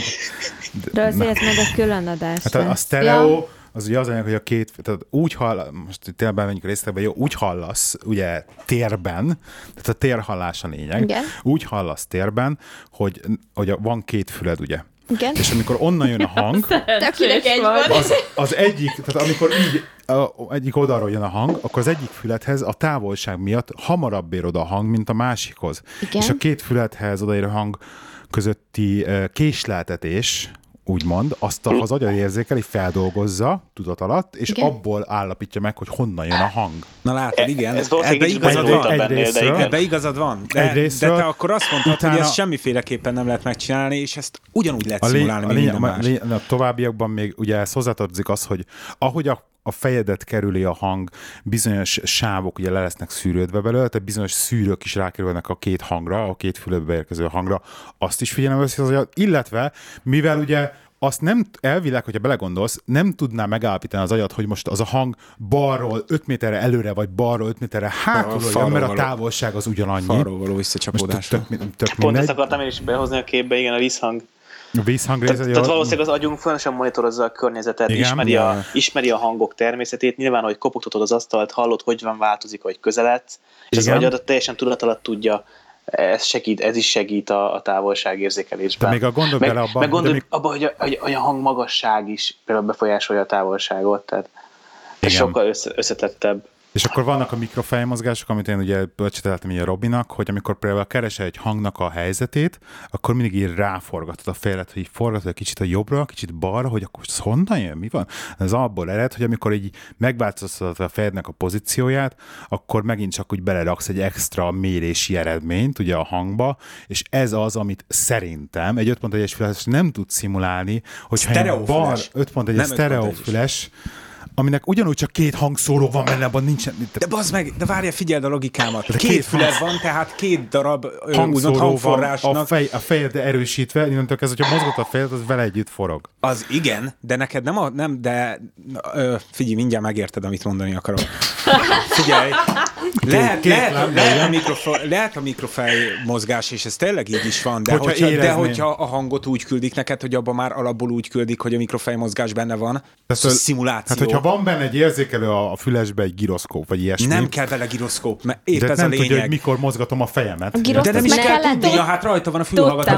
Rozi, ez meg a külön adás Hát a, a lesz. sztereó, az ugye az anyag, hogy a két, tehát úgy hall, most tényleg bemenjünk a részletekbe, jó, úgy hallasz, ugye térben, tehát a térhallás a lényeg, Igen. úgy hallasz térben, hogy, hogy a- van két füled, ugye. Igen. És amikor onnan jön a hang, Tökinek egy van. az, az egyik, tehát amikor így a, egyik oldalról jön a hang, akkor az egyik fülethez a távolság miatt hamarabb ér oda a hang, mint a másikhoz. Igen. És a két fülethez odaér a hang közötti uh, késleltetés, úgymond, azt a, az agyad érzékeli, feldolgozza tudat alatt, és Igen. abból állapítja meg, hogy honnan jön a hang. Na látod, igen. Ez valószínűleg Ebbe egy igazad igazoltabb van. Egy bennél, de részről. igen. Ebbe igazad van. De, Egyrésztről, de te akkor azt mondtad, utána- hogy ezt semmiféleképpen nem lehet megcsinálni, és ezt ugyanúgy lehet A, lény, szimulálni, a, mint lény, minden a, más. lény, a továbbiakban még ugye ez hozzátartozik az, hogy ahogy a, a fejedet kerüli a hang, bizonyos sávok ugye le lesznek szűrődve belőle, tehát bizonyos szűrők is rákerülnek a két hangra, a két fülödbe érkező hangra, azt is figyelembe veszi az agyad, illetve mivel ugye azt nem, elvileg, hogyha belegondolsz, nem tudná megállapítani az agyad, hogy most az a hang balról öt méterre előre, vagy balról öt méterre hátulról jön, falról mert a való. távolság az ugyanannyi. Falról való Most visszacsapódásra. tök, tök, tök Pont mindegy. ezt akartam én is behozni a képbe, igen, a vízhang. A vízhang Tehát, része, tehát jó. valószínűleg az agyunk folyamatosan monitorozza a környezetet, Igen. ismeri a, Ja. ismeri a hangok természetét, nyilván, hogy kopogtatod az asztalt, hallod, hogy van, változik, hogy közeledsz, és Igen. az agyadat teljesen tudat alatt tudja, ez, segít, ez is segít a, a távolságérzékelésben. De még a gondolj meg, bele abba, meg gondolj de még- abba, hogy a, hogy, hogy a hangmagasság is például befolyásolja a távolságot, tehát ez Igen. sokkal össze, összetettebb. És akkor vannak a mikrofejmozgások, amit én ugye bölcseteltem így a Robinak, hogy amikor például keresel egy hangnak a helyzetét, akkor mindig így ráforgatod a fejedet, hogy így forgatod egy kicsit a jobbra, kicsit balra, hogy akkor ez honnan jön, mi van? Ez abból ered, hogy amikor így megváltoztatod a fejednek a pozícióját, akkor megint csak úgy beleraksz egy extra mérési eredményt ugye a hangba, és ez az, amit szerintem egy öt pont egyes füles nem tud szimulálni, hogyha én bal Sztereófüles. öt pont egyes Nem öt pont egyes. sztereófüles, aminek ugyanúgy csak két hangszóró van benne, abban nincsen... De bazd meg, de várja, figyeld a logikámat. De Két, két füled hang- van, tehát két darab ö, úgymond hangszóró van a, hangforrásnak. fej, a fejed erősítve, innentől kezdve, hogyha mozgat a fejed, az vele együtt forog. Az igen, de neked nem, a, nem de ö, figyelj, mindjárt megérted, amit mondani akarok. Figyelj, lehet, két lehet, láb, lehet, a mikrofej, lehet a mikrofej mozgás, és ez tényleg így is van, de hogyha, hogyha, de hogyha a hangot úgy küldik neked, hogy abban már alapból úgy küldik, hogy a mikrofej mozgás benne van, ez a szimuláció. Hát, hogyha van benne egy érzékelő a fülesbe, egy giroszkóp, vagy ilyesmi. Nem kell vele giroszkóp, mert épp de ez nem a lényeg. tudja, hogy mikor mozgatom a fejemet. A de nem is kell tudnia, hát rajta van a fülhallgató.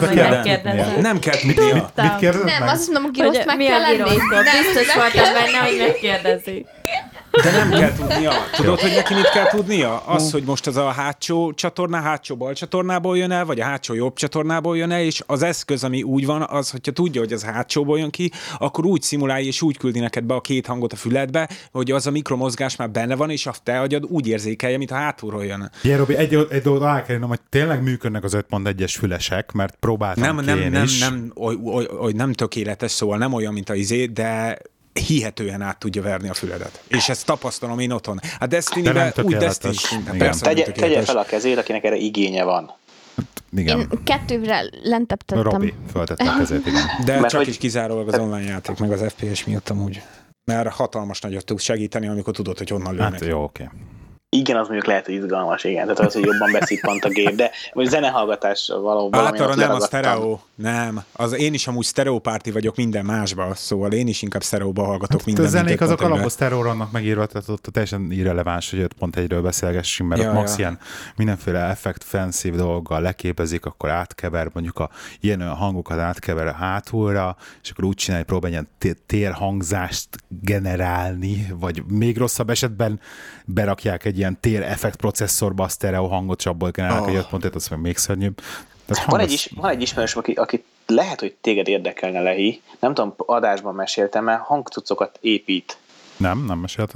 Nem kell tudnia. Mit kérdezed Nem, meg? azt mondom, a giroszt meg kell lenni. Biztos voltam benne, hogy megkérdezi. De nem kell tudnia. Tudod, hogy neki mit kell tudnia? Az, hogy most az a hátsó csatorná, hátsó bal csatornából jön el, vagy a hátsó jobb csatornából jön el, és az eszköz, ami úgy van, az, hogyha tudja, hogy az hátsóból jön ki, akkor úgy szimulálja, és úgy küldi neked be a két hangot a füledbe, hogy az a mikromozgás már benne van, és a te agyad úgy érzékelje, mint a hátulról jön. Ja, Robi, egy, egy dolgot alá kell, hogy tényleg működnek az öt pont egyes fülesek, mert próbáltam nem, ki nem, én nem, is. nem, oly, oly, oly, nem tökéletes, szóval nem olyan, mint a izé, de hihetően át tudja verni a füledet. És ezt tapasztalom én otthon. A Destiny-ben úgy Destiny szinten. Persze, tegye, tegye fel a kezét, akinek erre igénye van. Igen. Én kettőre lentebb tettem. Robi föltette a kezét, igen. De Mert csak hogy... is kizárólag az online játék, meg az ef pé es miatt amúgy. Mert hatalmas nagyot tudsz segíteni, amikor tudod, hogy honnan lőnek. Hát jó, oké. Igen, az mondjuk lehet, hogy izgalmas, igen. Tehát az, hogy jobban beszippant a gép, de vagy zenehallgatás valahol általában nem a sztereó, nem. Az, én is amúgy sztereópárti vagyok minden másba, szóval én is inkább sztereóba hallgatok hát minden. A zenék azok alapból sztereóra annak megírva, tehát ott teljesen irreleváns, hogy öt pont egyről beszélgessünk, mert ja, ott max ja. ilyen mindenféle effekt, fancy dolggal leképezik, akkor átkever, mondjuk a ilyen olyan hangokat átkever a hátulra, és akkor úgy csinálja, próbál ilyen térhangzást generálni, vagy még rosszabb esetben berakják egy ilyen tér-effekt processzorba a sztereó hangot, és abból generálnak egy öt pont egy, az meg még szörnyűbb. Van egy, is, van egy ismerősöm, aki, aki lehet, hogy téged érdekelne, Lehi. Nem tudom, adásban meséltem, mert hangcuccokat épít. Nem, nem mesélted.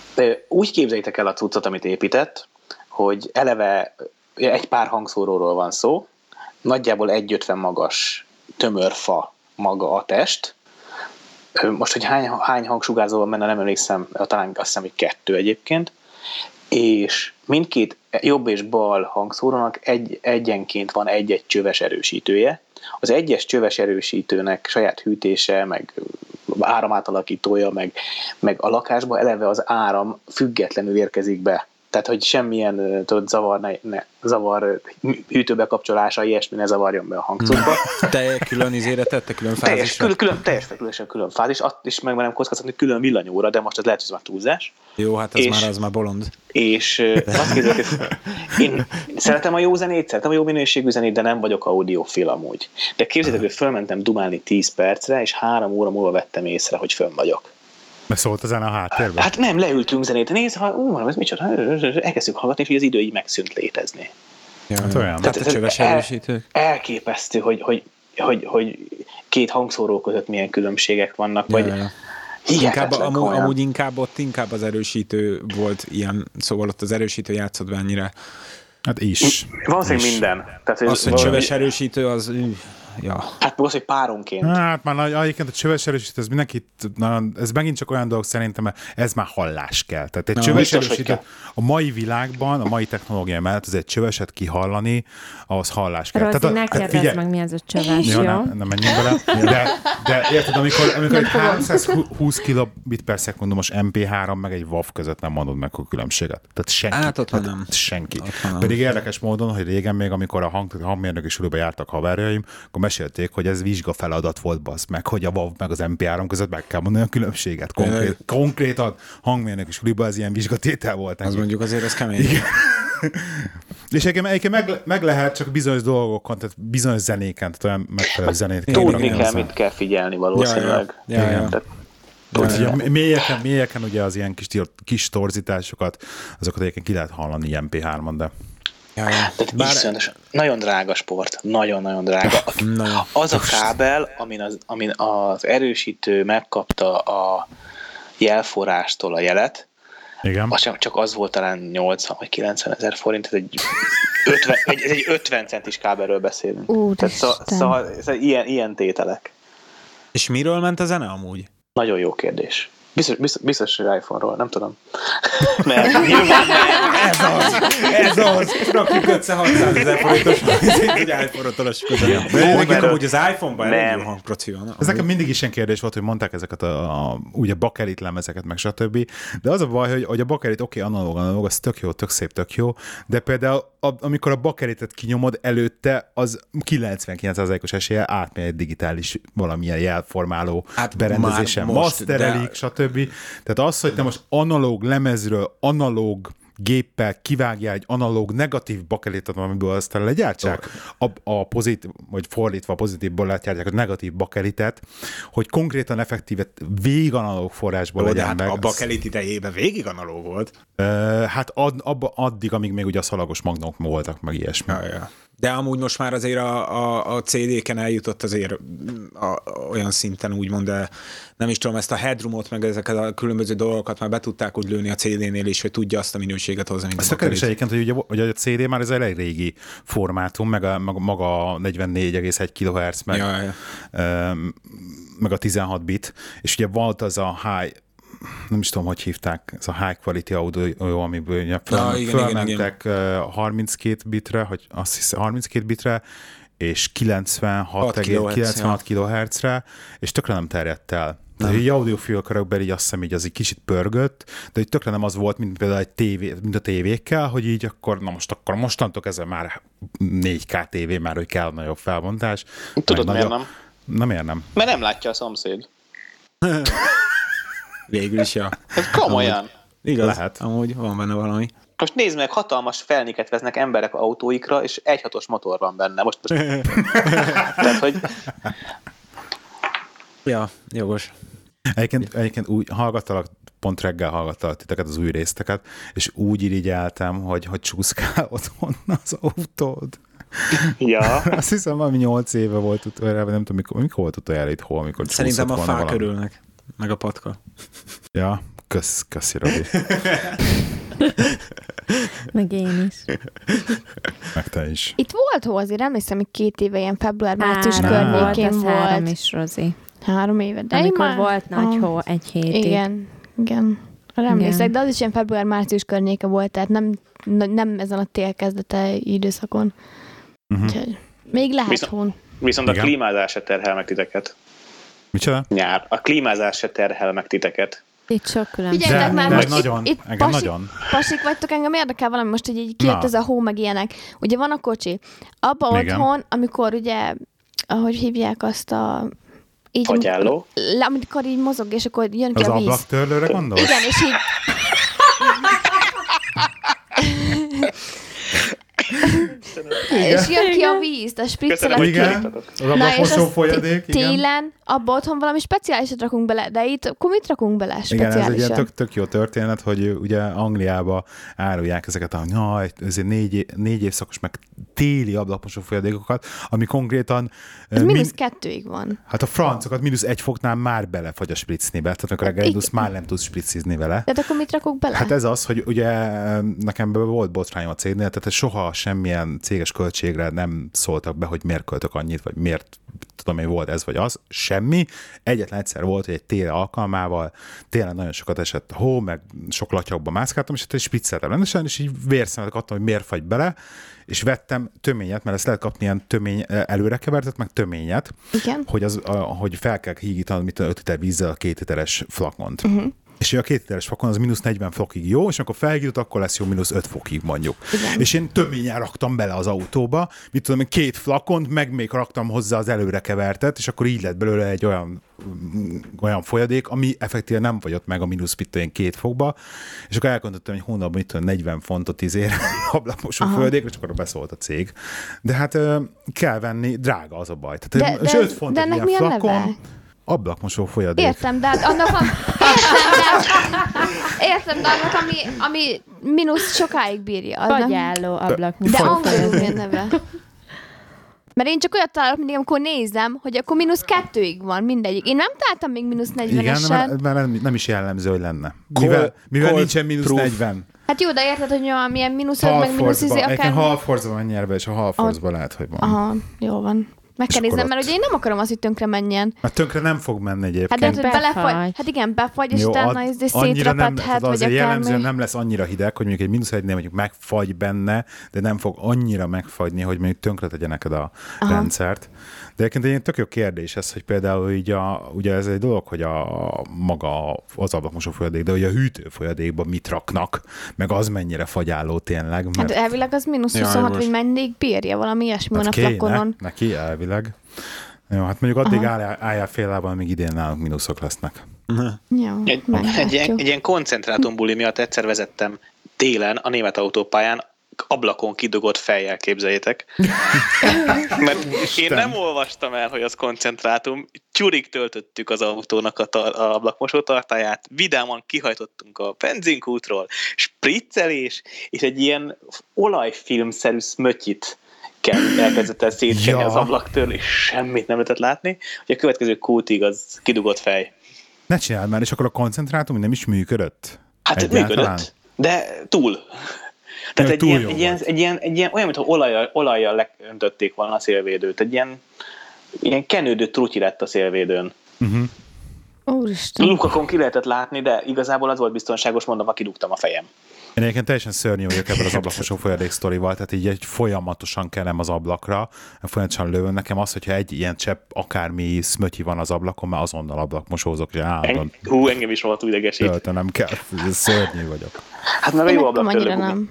Úgy képzeljétek el a cuccot, amit épített, hogy eleve egy pár hangszóróról van szó, nagyjából egy ötven magas tömörfa maga a test. Most, hogy hány, hány hangsugárzó van benne, nem emlékszem, talán azt hiszem, hogy kettő egyébként, és mindkét jobb és bal hangszórónak egy, egyenként van egy-egy csöves erősítője. Az egyes csöves erősítőnek saját hűtése, meg áramátalakítója, meg, meg a lakásba eleve az áram függetlenül érkezik be. Tehát, hogy semmilyen tudod, zavar, ne, ne, zavar hűtőbekapcsolása, ilyesmi ne zavarjon be a hangcuccba. Te külön izére tette, külön fázisra? Teljes, külön, külön, teljes fekülésen külön fázis, azt is meg nem kockáztatni külön villanyóra, de most ez lehet, hogy ez már túlzás. Jó, hát ez és, már az már bolond. És azt kérdezik, én szeretem a jó zenét, szeretem a jó minőségű zenét, de nem vagyok audiofil amúgy. De képzeljétek, hogy fölmentem dumálni tíz percre, és három óra múlva vettem észre, hogy fönn vagyok. Mert szólt a zene a háttérben? Hát nem, leültünk zenét, nézd, ha, ú, ez micsoda, elkezdtük hallgatni, és így az idő így megszűnt létezni. Ja, hát olyan. Tehát a csöves erősítők. Elképesztő, hogy, hogy, hogy, hogy két hangszóró között milyen különbségek vannak, vagy ja, ja. Inkább, amúgy, amúgy inkább ott inkább az erősítő volt ilyen, szóval ott az erősítő játszott be ennyire. Hát is. Valószínűleg minden. Tehát, hogy az, hogy valami... csöves erősítő, az... Ja. Hát most, hogy páronként. Hát már egyébként a csöves erősítő, ez mindenkit, na, ez megint csak olyan dolog szerintem, mert ez már hallás kell. Tehát egy no, csöves erősítő, a mai világban, a mai technológia mellett az egy csöveset kihallani, ahhoz hallás kell. Rozi, ne kérdezz meg, mi az a csöves, jó? Nem, nem menjünk bele. De, de érted, amikor, amikor egy háromszázhúsz kilobit per szekundumos em pé három meg egy WAV között nem mondod meg a különbséget. Tehát senki. Hát ott hát, nem. Senki. Nem. Pedig érdekes módon, hogy régen még, amikor a hang, hangmérnöki sulóba jártak haverjaim, akkor mesélték, hogy ez vizsga feladat volt, bassz meg, hogy a WAV meg az em pé három között meg kell mondani a különbséget. Konkrét, konkrétan hangmérnöki sulóba ez ilyen vizsgatétel volt. Az mondjuk azért ez kemény. És egyébként meg, meg lehet csak bizonyos dolgokon, tehát bizonyos zenéken, tehát olyan megfelelő zenét kell. Tudni kell, mit kell figyelni valószínűleg. Ja, ja. Ja, ja. Tehát, ja, ja. Mélyeken, mélyeken ugye az ilyen kis, kis torzításokat, azokat egyébként ki lehet hallani em pé hármon, de... Ja, ja. Tehát Bár... iszonyatos, nagyon drága sport, nagyon-nagyon drága. Az a kábel, amin az, amin az erősítő megkapta a jelforrástól a jelet, igen. Az csak az volt talán nyolcvan vagy kilencven ezer forint, ez egy ötven, egy, ez egy ötven centis kábelről beszélünk. Ú, Tehát szó, szó, ilyen, ilyen tételek. És miről ment a zene amúgy? Nagyon jó kérdés. Biztos, biztos, biztos, hogy iPhone-ról, nem tudom. Mert nyilván nem. Ez az, ez az. Rakjuk össze hatszázezer forintos, hogy iPhone-ot olassuk az anyag. De nekik amúgy az iPhone-ban elég jó hangproci van. Ez nekem mindig is ilyen kérdés volt, hogy mondták ezeket a, a ugye bakelit lemezeket, meg stb. De az a baj, hogy, hogy a bakelit oké, okay, analóg, analóg, az tök jó, tök szép, tök jó, de például a, amikor a bakelitet kinyomod előtte, az kilencvenkilenc százalékos eséllyel átmegy egy digitális valamilyen jelformáló hát berendezésen, masterelik, de... stb. Tehát az, hogy te most analóg lemezről, analóg géppel kivágjál egy analóg negatív bakelitet, amiből aztán legyártsák, a, a pozitív, vagy fordítva a pozitívból legyártják a negatív bakelitet, hogy konkrétan effektívet végig analóg forrásból Jó, legyen hát meg. A bakelit idejében végig analóg volt. Uh, hát ad, abba, addig, amíg még ugye a szalagos magnók voltak, meg ilyesmi. Ja, ja. De amúgy most már azért a, a, a cé dé-ken eljutott azért a, a, olyan szinten úgymond, de nem is tudom, ezt a headroomot, meg ezeket a különböző dolgokat már be tudták úgy lőni a cé dé-nél is, hogy tudja azt a minőséget hozni, mint ezt a bakelit. Ezt egyébként, hogy ugye, ugye a cé dé már ez egy elég régi formátum, meg a, meg maga negyvennégy egész egy kilohertz, meg, ja, ja. meg a tizenhat bit, és ugye volt az a high, nem is tudom, hogy hívták, ez a high quality audio, amiből ugye föl, ja, igen, fölmentek igen, igen. harminckét bitre, hogy azt hiszem harminckét bitre, és kilencvenhat kilohertzre, és tökre nem terjedt el. Tehát egy audiofilkörökben így azt hiszem, így az egy kicsit pörgött, de így tökre nem az volt, mint például egy tévé, mint a tévékkel, hogy így akkor, na most akkor mostantól ezzel már négy ká tévé, már hogy kell nagyobb felbontás. Tudod, miért nem? Nem, miért nem? Mert nem látja a szomszéd. Végül is, ja. Ez komolyan. Amúgy, igaz, lehet. Amúgy van benne valami. Most nézd meg, hatalmas felniket veznek emberek autóikra, és egy hatos motor van benne. Most, most... Tehát, hogy... Ja, jogos. Egyébként, egyébként úgy hallgattalak, pont reggel hallgattalak titeket, az új részteket, és úgy irigyeltem, hogy, hogy csúszkál otthon az autód. Ja. Azt hiszem, valami nyolc éve volt utoljára, nem tudom, mikor, mikor volt utoljára itt hol, amikor szerintem a fák körülnek, meg a patka. Ja, kösz, köszi, Robi. Meg én is. Meg te is. Itt volt hol, azért emlékszem, hogy két éve ilyen február-március környékén volt. volt. Három is, Rozi. Három éve. De amikor már... volt nagy hó egy hétig. Igen, igen. Arra emlékszek, de az is ilyen február-március környéke volt, tehát nem, nem ezen a tél kezdete időszakon. Uh-huh. Úgyhogy még lehet viszont, hón. Viszont igen. A klímázás se terhel meg titeket. Micsoda? Nyár. A klímázás se terhel meg titeket. Itt sok különböző. Figyeljetek már, de most nagyon, itt, itt pasi, nagyon. Pasik vagytok, engem érdekel valami, most, hogy így kijött ez a hó, meg ilyenek. Ugye van a kocsi. Abba igen. Otthon, amikor ugye, ahogy hívják azt a... Így, Fagyálló. Amikor így mozog, és akkor jön ki az a víz. Az ablaktörlőre gondolsz? Igen, és így... és jön ki a víz, a spriccelet ki. Igen, az ablakmosó folyadék. Télen, abba otthon valami speciálisat rakunk bele, de itt akkor mit rakunk bele speciálisan? Igen, ez egy ilyen tök, tök jó történet, hogy ugye Angliába árulják ezeket a na, ezért négy, négy évszakos meg téli ablakmosó folyadékokat, ami konkrétan... Ez min- mínusz kettőig van. Hát a francokat mínusz egy foknál már belefagy a spriccnébe, tehát amikor reggel indulsz, már nem tudsz spriccizni vele. Tehát akkor mit rakok bele? Hát ez az, hogy ugye nekem volt botrányom a cégnél, tehát soha semmilyen céges költségre nem szóltak be, hogy miért költök annyit, vagy miért tudom én volt ez vagy az, semmi. Egyetlen egyszer volt, hogy egy tél alkalmával télen nagyon sokat esett hó, meg sok latyakba mászkáltam, és hát egy spricceltem rendesen, és így vérszemet adtam, hogy miért fagy bele, és vettem töményet, mert ezt lehet kapni ilyen tömény, előrekevertet, meg töményet, igen. Hogy, az, hogy fel kell hígítani mit öt liter vízzel a két literes flakont. Uh-huh. És a két literes flakon az mínusz negyven fokig jó, és akkor felhígított, akkor lesz jó mínusz öt fokig mondjuk. Igen. És én töményen raktam bele az autóba, mit tudom, két flakont, meg még raktam hozzá az előrekevertet, és akkor így lett belőle egy olyan, olyan folyadék, ami effektíven nem fagyott meg a mínusz két fokba, és akkor elkontottam egy hónapban, mit tudom, negyven fontot izére ablakmosó folyadékra, és akkor beszólt a cég. De hát kell venni, drága az a baj. Tehát, de, és de, öt font de egy ilyen flakon. Neve? Ablakmosó folyadék. Értem, de hát annak van... Értem, de, értem, de annak, ami, ami mínusz sokáig bírja. Fagyálló ablakmosó. De angolul milyen neve? Mert én csak olyat találok mindig, amikor nézem, hogy akkor mínusz kettőig van mindegyik. Én nem találtam még mínusz negyvenesen. Igen, mert nem, nem is jellemző, hogy lenne. Mivel, mivel Cold nincsen mínusz negyven. Hát jó, de érted, hogy milyen mínusz öt, meg mínusz izé akár... Egyébként Halforce-ban menj erbe, és a Halforce-ban lehet, hogy van. Aha, jó van. Meg kell néznem, mert ugye én nem akarom az, hogy tönkre menjen. Mert tönkre nem fog menni egyébként. Hát de hogy belefagy, hát igen, befagy, és jó, utána ez szétrepedhet, vagy azért jellemzően akármi. nem lesz annyira hideg, hogy mondjuk egy mínusz egynél mondjuk megfagy benne, de nem fog annyira megfagyni, hogy mondjuk tönkre tegye neked a Aha. rendszert. De egyébként egy tök jó kérdés ez, hogy például így a, ugye ez egy dolog, hogy a maga az ablakmosó folyadék, de hogy a hűtőfolyadékban mit raknak, meg az mennyire fagyáló tényleg. Mert... Hát elvileg az mínusz huszonhat, hogy mennyig bírja, valami ilyesmi van hát a flakonon. Neki elvileg. Jó, hát mondjuk addig álljál, álljál fél lábban, amíg idén nálunk mínuszok lesznek. Jó, egy, egy, ilyen, egy ilyen koncentrátumbuli miatt egyszer vezettem télen a német autópályán, ablakon kidugott fejjel, képzeljétek. Mert én nem olvastam el, hogy az koncentrátum. Csúrig töltöttük az autónak a, tar- a ablakmosó tartályát, vidáman kihajtottunk a benzinkútról, spriccelés, és egy ilyen olajfilmszerű szmötyit kell elkezdett el szétkenni ja. az ablaktől, és semmit nem lehetett látni, hogy a következő kútig az kidugott fej. Ne csináld már, és akkor a koncentrátum nem is működött? Hát egyáltalán? Működött, de túl. Tehát egy ilyen, egy, ilyen, egy, ilyen, egy ilyen, olyan, mintha olajjal, olajjal leöntötték volna a szélvédőt. Egy ilyen, ilyen kenődő trutyi lett a szélvédőn. Uh-huh. Úristen. Lukakon ki lehetett látni, de igazából az volt biztonságos, mondom, ha kidugtam a fejem. Én egyébként teljesen szörnyű vagyok ebben az ablakmosó folyadék sztorival, tehát így egy folyamatosan kelem az ablakra, folyamatosan lövöm. Nekem az, hogyha egy ilyen csepp akármi szmötyi van az ablakon, már azonnal ablakmosózok, és állandóan... Hú, engem is volt idegesít. Töltenem kell, szörnyű vagyok. Hát meg a jó ablak nem.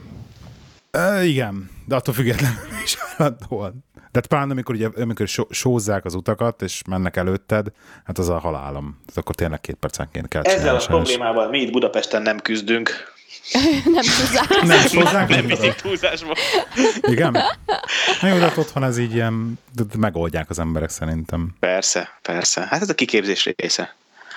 E, igen, de attól függetlenül is állandóan. De hát pláne, amikor, ugye, amikor sózzák az utakat, és mennek előtted, hát az a halálom. Tehát akkor tényleg két percenként kell csinálni. Ezzel a problémával mi itt Budapesten nem küzdünk. nem túlzás. Nem túlzás. Nem viszik túlzásba. Igen? Na jó, de hát otthon ez így ilyen, megoldják az emberek szerintem. Persze, persze. Hát ez a kiképzés része.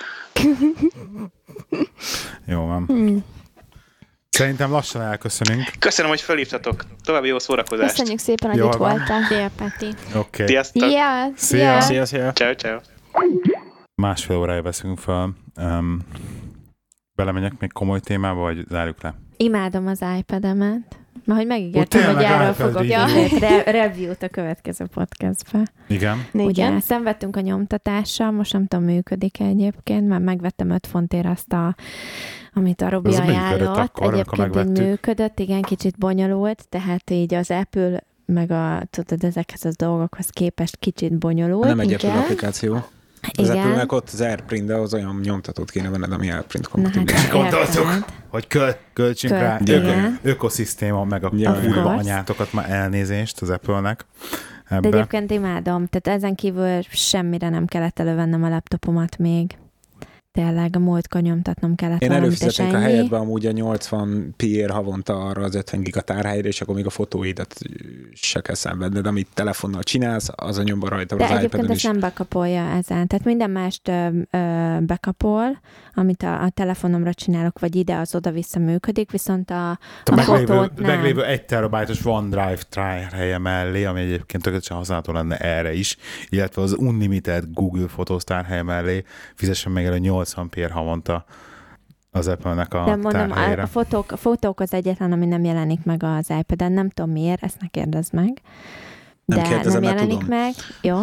Jó van. Hmm. Szerintem lassan elköszönünk. Köszönöm, hogy felhívtatok. További jó szórakozást. Köszönjük szépen, hogy itt voltál. Szia, Peti. Oké. Okay. Sziasztok. Yeah. Szia. Szia, szia. Ciao, ciao. Másfél órája veszünk fel. Um, belemegyek még komoly témába, vagy zárjuk le? Imádom az iPad-emet. Mert hogy megígértem, hogy erről fogok ja. re- review-t a következő podcastbe. Igen. Ugye, szenvedtünk a nyomtatással, most nem tudom, működik egyébként, mert megvettem öt fontért azt a amit a Robi ajánlott. Akkor, egyébként így működött, igen, kicsit bonyolult, tehát így az Apple meg a, tudod, ezekhez a dolgokhoz képest kicsit bonyolult. Nem egy Apple applikáció. Az igen. Apple-nek ott az AirPrint, de az olyan nyomtatót kéne venned, ami AirPrint kompatibilis. Hát gondoltuk, hogy köl, költsünk Köl, rá öko, ökoszisztéma, meg a kurva anyátokat, már elnézést az Apple-nek. Ebbe. De egyébként imádom, tehát ezen kívül semmire nem kellett elővennem a laptopomat még. Tényleg a múltkor nyomtatnom kellett Én előfizetnék a helyedbe amúgy a nyolcvan pé-ért havonta arra az ötven giga tárhelyre, és akkor még a fotóidat se kell szenvedned, amit telefonnal csinálsz, az a nyomban rajta. De az egyébként ezt is. nem bekapolja ezen. Tehát minden mást ö, ö, bekapol, amit a, a telefonomra csinálok, vagy ide, az oda-vissza működik, viszont a, a, a meglévő, fotót nem. meglévő egy terabájtos OneDrive tárhelye mellé, ami egyébként tökéletesen használható lenne erre is, illetve az Unlimited Google Photos tárhelye mellé fizessen meg el a nyolcvan pé-ért havonta az Apple-nek a De mondom, tárhelyére. A fotók, a fotók az egyetlen, ami nem jelenik meg az iPad-en, nem tudom miért, ezt ne kérdezd meg. De nem, kérdezem, nem jelenik tudom. meg. Jó.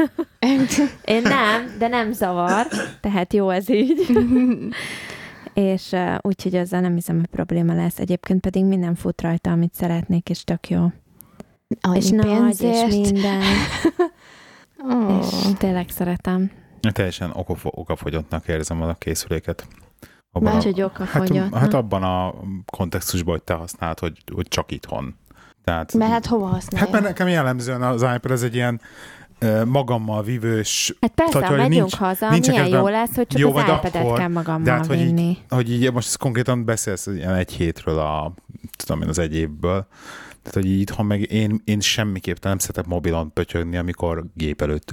Én nem, de nem zavar, tehát jó ez így. És uh, úgyhogy azzal nem hiszem, hogy probléma lesz. Egyébként pedig minden fut rajta, amit szeretnék, és tök jó. Annyi és nagy, és minden. oh. És tényleg szeretem. Teljesen okafo- okafogyottnak érzem a készüléket. Más, hogy okafogyott. Hát, hát abban a kontextusban, hogy te használod, hogy, hogy csak itthon. Tehát, mert hát hova használja? Hát mert nekem jellemzően az iPad ez egy ilyen uh, magammal vívős... Hát persze, tehát, megyünk nincs, haza, nincs milyen ebben, jó lesz, hogy csak jó, az iPad-et akkor, kell magammal de hát, hogy vinni. Így, hogy így most konkrétan beszélsz ilyen egy hétről a, tudom én, az egy évből. Tehát, hogy így itthon meg én, én semmiképpen nem szeretek mobilon pötyögni, amikor gép előtt ülök.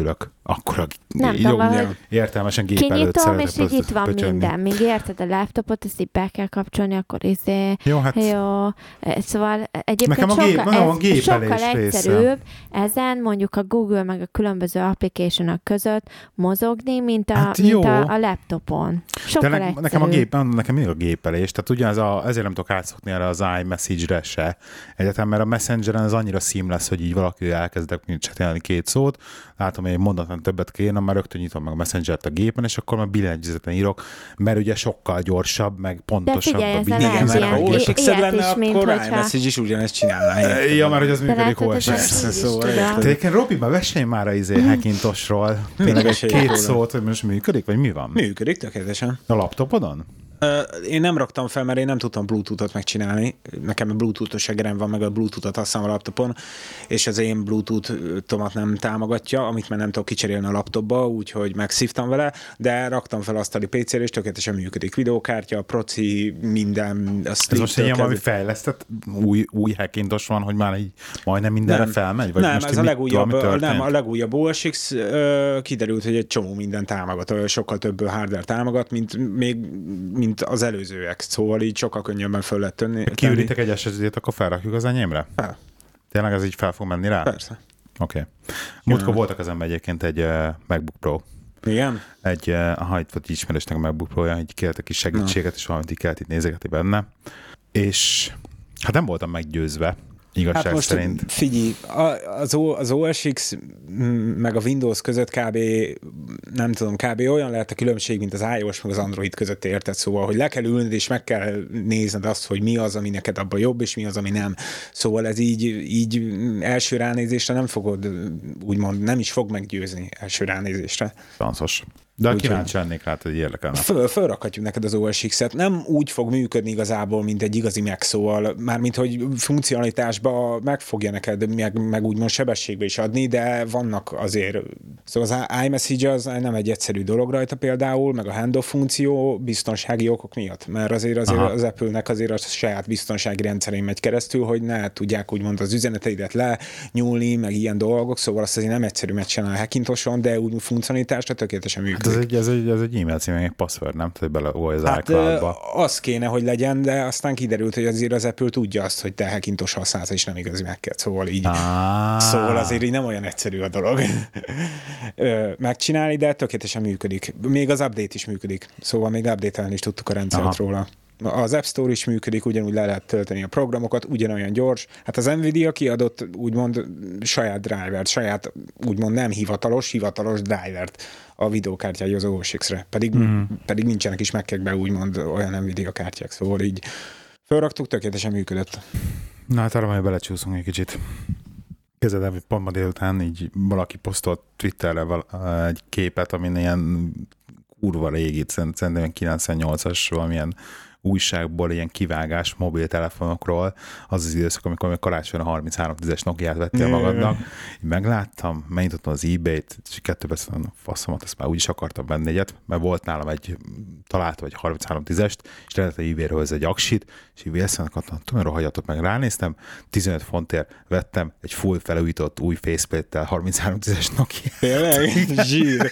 akkor a nem jó, tudom, értelmesen gép előtt kinyitom, és így itt van pöcsönni. minden. Míg érted a laptopot, ezt így be kell kapcsolni, akkor izé... Jó, hát... Jó, szóval egyébként nekem a gép, sokkal, a ez, sokkal része. egyszerűbb ezen mondjuk a Google meg a különböző application-ok között mozogni, mint a, hát mint a, a laptopon. Sokkal De ne, nekem a gép, nekem mindig a gépelés, tehát ugyanaz a, ezért nem tudok átszokni erre az iMessage-re se egyetem, mert a Messengeren az annyira seamless, hogy így valaki elkezdek csetelni két szót, látom, hogy egy mondatlan többet kéne, már rögtön nyitom meg a Messengert a gépen, és akkor már billentyűzeten írok, mert ugye sokkal gyorsabb, meg pontosabb. De figyelj, a ez nem mert ha o es iksz lenne, akkor hogyha... iMessage is ugyanezt csinálná. Ja, mert hogy az működik o es iksz. Tényleg, Robi, már vesélj már a izé Hackintosról. Tényleg egy két szót, hogy most működik, vagy mi van? Működik, tökéletesen. A laptopodon? Uh, én nem raktam fel, mert én nem tudtam Bluetooth-ot megcsinálni. Nekem a Bluetooth-os egerem van, meg a Bluetooth-ot használom a laptopon, és az én Bluetooth-tomat nem támogatja, amit már nem tudok kicserélni a laptopba, úgyhogy megszívtam vele, de raktam fel asztali pé cére, és tökéletesen működik. Videókártya, proci, minden. Ez most egy ilyen valami fejlesztett új, új Hackintos van, hogy már így majdnem mindenre nem. felmegy? Vagy nem, most ez a legújabb, nem, a legújabb o es iksz uh, kiderült, hogy egy csomó minden támogat, sokkal több hardware támogat, mint még mint az előzőek, szóval így sokkal könnyebben föl lehet tenni. Kiüritek egy es es dét, akkor felrakjuk az enyémre? Fel. Tényleg ez így fel fog menni rá? Persze. Oké. Okay. Múltkor voltak az ember egyébként egy uh, MacBook Pro. Igen? Egy, uh, aha, itt volt ismerősnek a MacBook Pro-ja, egy kértek kis segítséget, no. és valamit így kellett itt nézegetni benne. És hát nem voltam meggyőzve, igazság hát most szerint. Figyelj, az, az o es iksz meg a Windows között kb. Nem tudom, kb. Olyan lehet a különbség, mint az iOS meg az Android között, érted? Szóval, hogy le kell ülned, és meg kell nézned azt, hogy mi az, ami neked abban jobb, és mi az, ami nem. Szóval ez így, így első ránézésre nem fogod, úgymond nem is fog meggyőzni első ránézésre. Tanszos. De úgy kíváncsi lennék rá, hogy érdekelne. Föl, fölrakhatjuk neked az o es iksz-et. Nem úgy fog működni igazából, mint egy igazi Mac, szóval mármint, hogy funkcionalitásba meg fogja neked, meg, meg úgymond sebességbe is adni, de vannak azért, szóval az iMessage az nem egy egyszerű dolog rajta például, meg a handoff funkció biztonsági okok miatt, mert azért, azért az Apple-nek azért a saját biztonsági rendszerén megy keresztül, hogy ne tudják úgymond az üzeneteidet lenyúlni, meg ilyen dolgok, szóval azt azért nem egyszerű megcsinálni a Hackintoson, de úgy funkcionalitásra tökéletesen működik. Ez egy, ez egy, ez egy e-mail cím, egy password, nem? Tehát beleolj az hát, iCloud-ba. Az kéne, hogy legyen, de aztán kiderült, hogy azért az Apple tudja azt, hogy te Hackintos használsz, és nem igazi Mac-et, szóval így. Ah. Szóval azért így nem olyan egyszerű a dolog megcsinálni, de tökéletesen működik. Még az update is működik, szóval még update-elni is tudtuk a rendszert Aha. róla. Az App Store is működik, ugyanúgy le lehet tölteni a programokat, ugyanolyan gyors. Hát az Nvidia kiadott úgymond saját drivert, saját úgymond nem hivatalos, hivatalos drivert a videókártyái az o es iksz-re. Pedig, mm. pedig nincsenek is Mac-ekben úgymond olyan Nvidia kártyák, szóval így felraktuk, tökéletesen működött. Na hát arra majd belecsúszunk egy kicsit. Kezdem, hogy pont ma délután így valaki posztolt Twitterre egy képet, amin ilyen kurva régit, szerintem kilencvennyolcas valamilyen újságból ilyen kivágás mobiltelefonokról, az az időszak, amikor még karácsonyra harminchárom tízes Nokiát vettél magadnak. Így megláttam, megnyitottam az eBay-t, és kettőbe szóval faszomat, azt már úgyis akartam venni egyet, mert volt nálam egy, találtam egy harminchárom tízest, és lehetett a eBay-ről egy aksit, és így vélszenek adtam, tudom, rohagyjatok meg, ránéztem, tizenöt fontért vettem egy full felújított új faceplate-tel harminchárom tízes Nokiát. Tényleg? Zsír.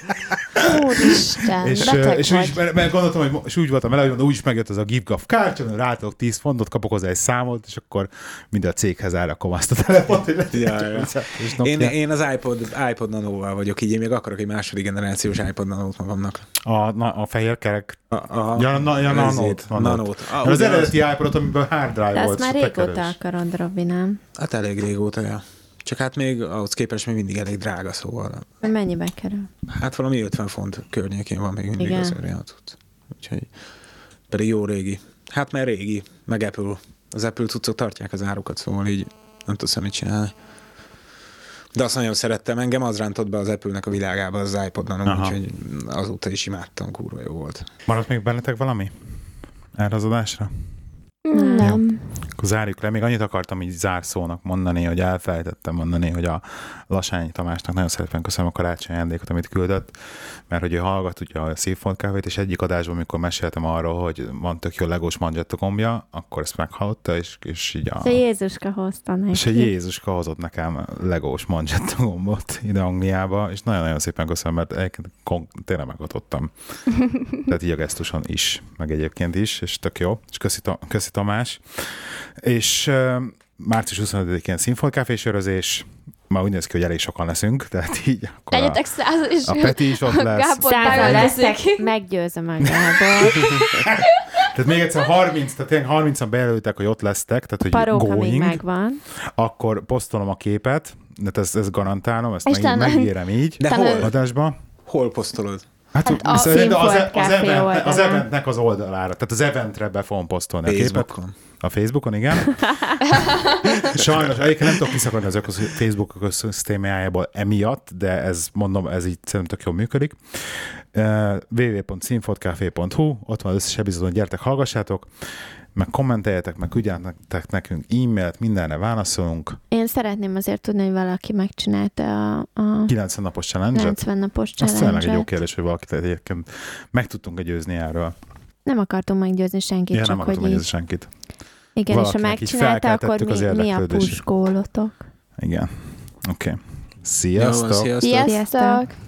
Úristen, és, és, úgy, mert, mert gondoltam, hogy és úgy voltam vele, hogy úgyis megjött az a GiveGov kártya, rátok tíz fontot, kapok hozzá egy számot, és akkor minden a céghez elrakom azt a telefont, hogy lehet, ja, ja. én, én az iPod, iPod Nano-val vagyok, így én még akarok egy második generációs iPod Nano-t magamnak. A, na, a fehér kerek? A, a, ja, na, ja, Nano-t. Nano-t. Ah, az eredeti iPodot, amiből hard drive de volt. De azt már régóta akarod, Robi, nem? Hát elég régóta, ja. Csak hát még ahhoz képest még mindig elég drága, szóval. Mennyibe kerül? Hát valami ötven font környékén van még mindig az orientot. Úgyhogy pedig jó régi. Hát mert régi, meg Apple. Az Apple cuccok tartják az árukat, szóval így nem tudsz mit csinálni. De azt nagyon szerettem, engem az rántott be az Apple-nek a világába, az iPod Nano, úgyhogy azóta is imádtam, kurva jó volt. Maradt még bennetek valami? Erre az adásra? Nem. Akkor zárjuk le. Még annyit akartam így zárszónak mondani, hogy elfelejtettem mondani, hogy a Lassányi Tamásnak nagyon szépen köszönöm a karácsony ajándékot, amit küldött, mert hogy ő hallgat ugye a Szívfolt Kávét, és egyik adásban, amikor meséltem arról, hogy van tök jó legós manzsetta gombja, akkor ezt meghallotta, és, és így a... És a Jézuska hozta neki. És a Jézuska hozott nekem legós manzsetta gombot ide Angliába, és nagyon-nagyon szépen köszönöm, mert egyébként tényleg megadottam. Tehát így a gesztuson is, meg egyébként is, és tök jó. És köszi, köszi Tamás. És uh, március huszonötödikén Színfolt Café sörözés, már úgy néz ki, hogy elég sokan leszünk, tehát így akkor Legyetek száz, és a Peti is ott lesz. Százal lesztek, meggyőzöm meg Gábor. Tehát még egyszer harminc, tehát tényleg harmincan bejelöltek, hogy ott lesztek, tehát hogy Paróka going, még megvan. Akkor posztolom a képet, de ezt, ezt garantálom, ezt meg, talán- megígérem így. De hol? adásba. Hol posztolod? Hát, Hát a az, az, Színfolt az, Café event, oldalán. az eventnek az oldalára, tehát az eventre be fogom posztolni a képet. Facebookon. A Facebookon, igen. Sajnos, egyébként nem tudok kiszakadni az ökosz, Facebook ökoszisztémájából emiatt, de ez, mondom, ez így szerintem tök jól működik. Uh, double-u double-u double-u pont színfoltcafé pont hu, ott van az összes epizódon, gyertek, hallgassátok, meg kommenteljetek, meg küldjetek nekünk e-mailt, mindenre válaszolunk. Én szeretném azért tudni, hogy valaki megcsinálta a, a kilencven napos challenge-et. kilencven napos Az tényleg egy jó challenge-et. kérdés, hogy valakit egyébként meg tudtunk győzni erről. Nem akartunk meggyőzni senkit, Én csak nem hogy akartam így... meggyőzni senkit. Igen, és ha valakinek így megcsinálta, akkor felkeltettük az mi, mi a érdeklődését. push gólotok? Igen. Oké. Okay. Jó van, Sziasztok! sziasztok! Sziasztok! Sziasztok.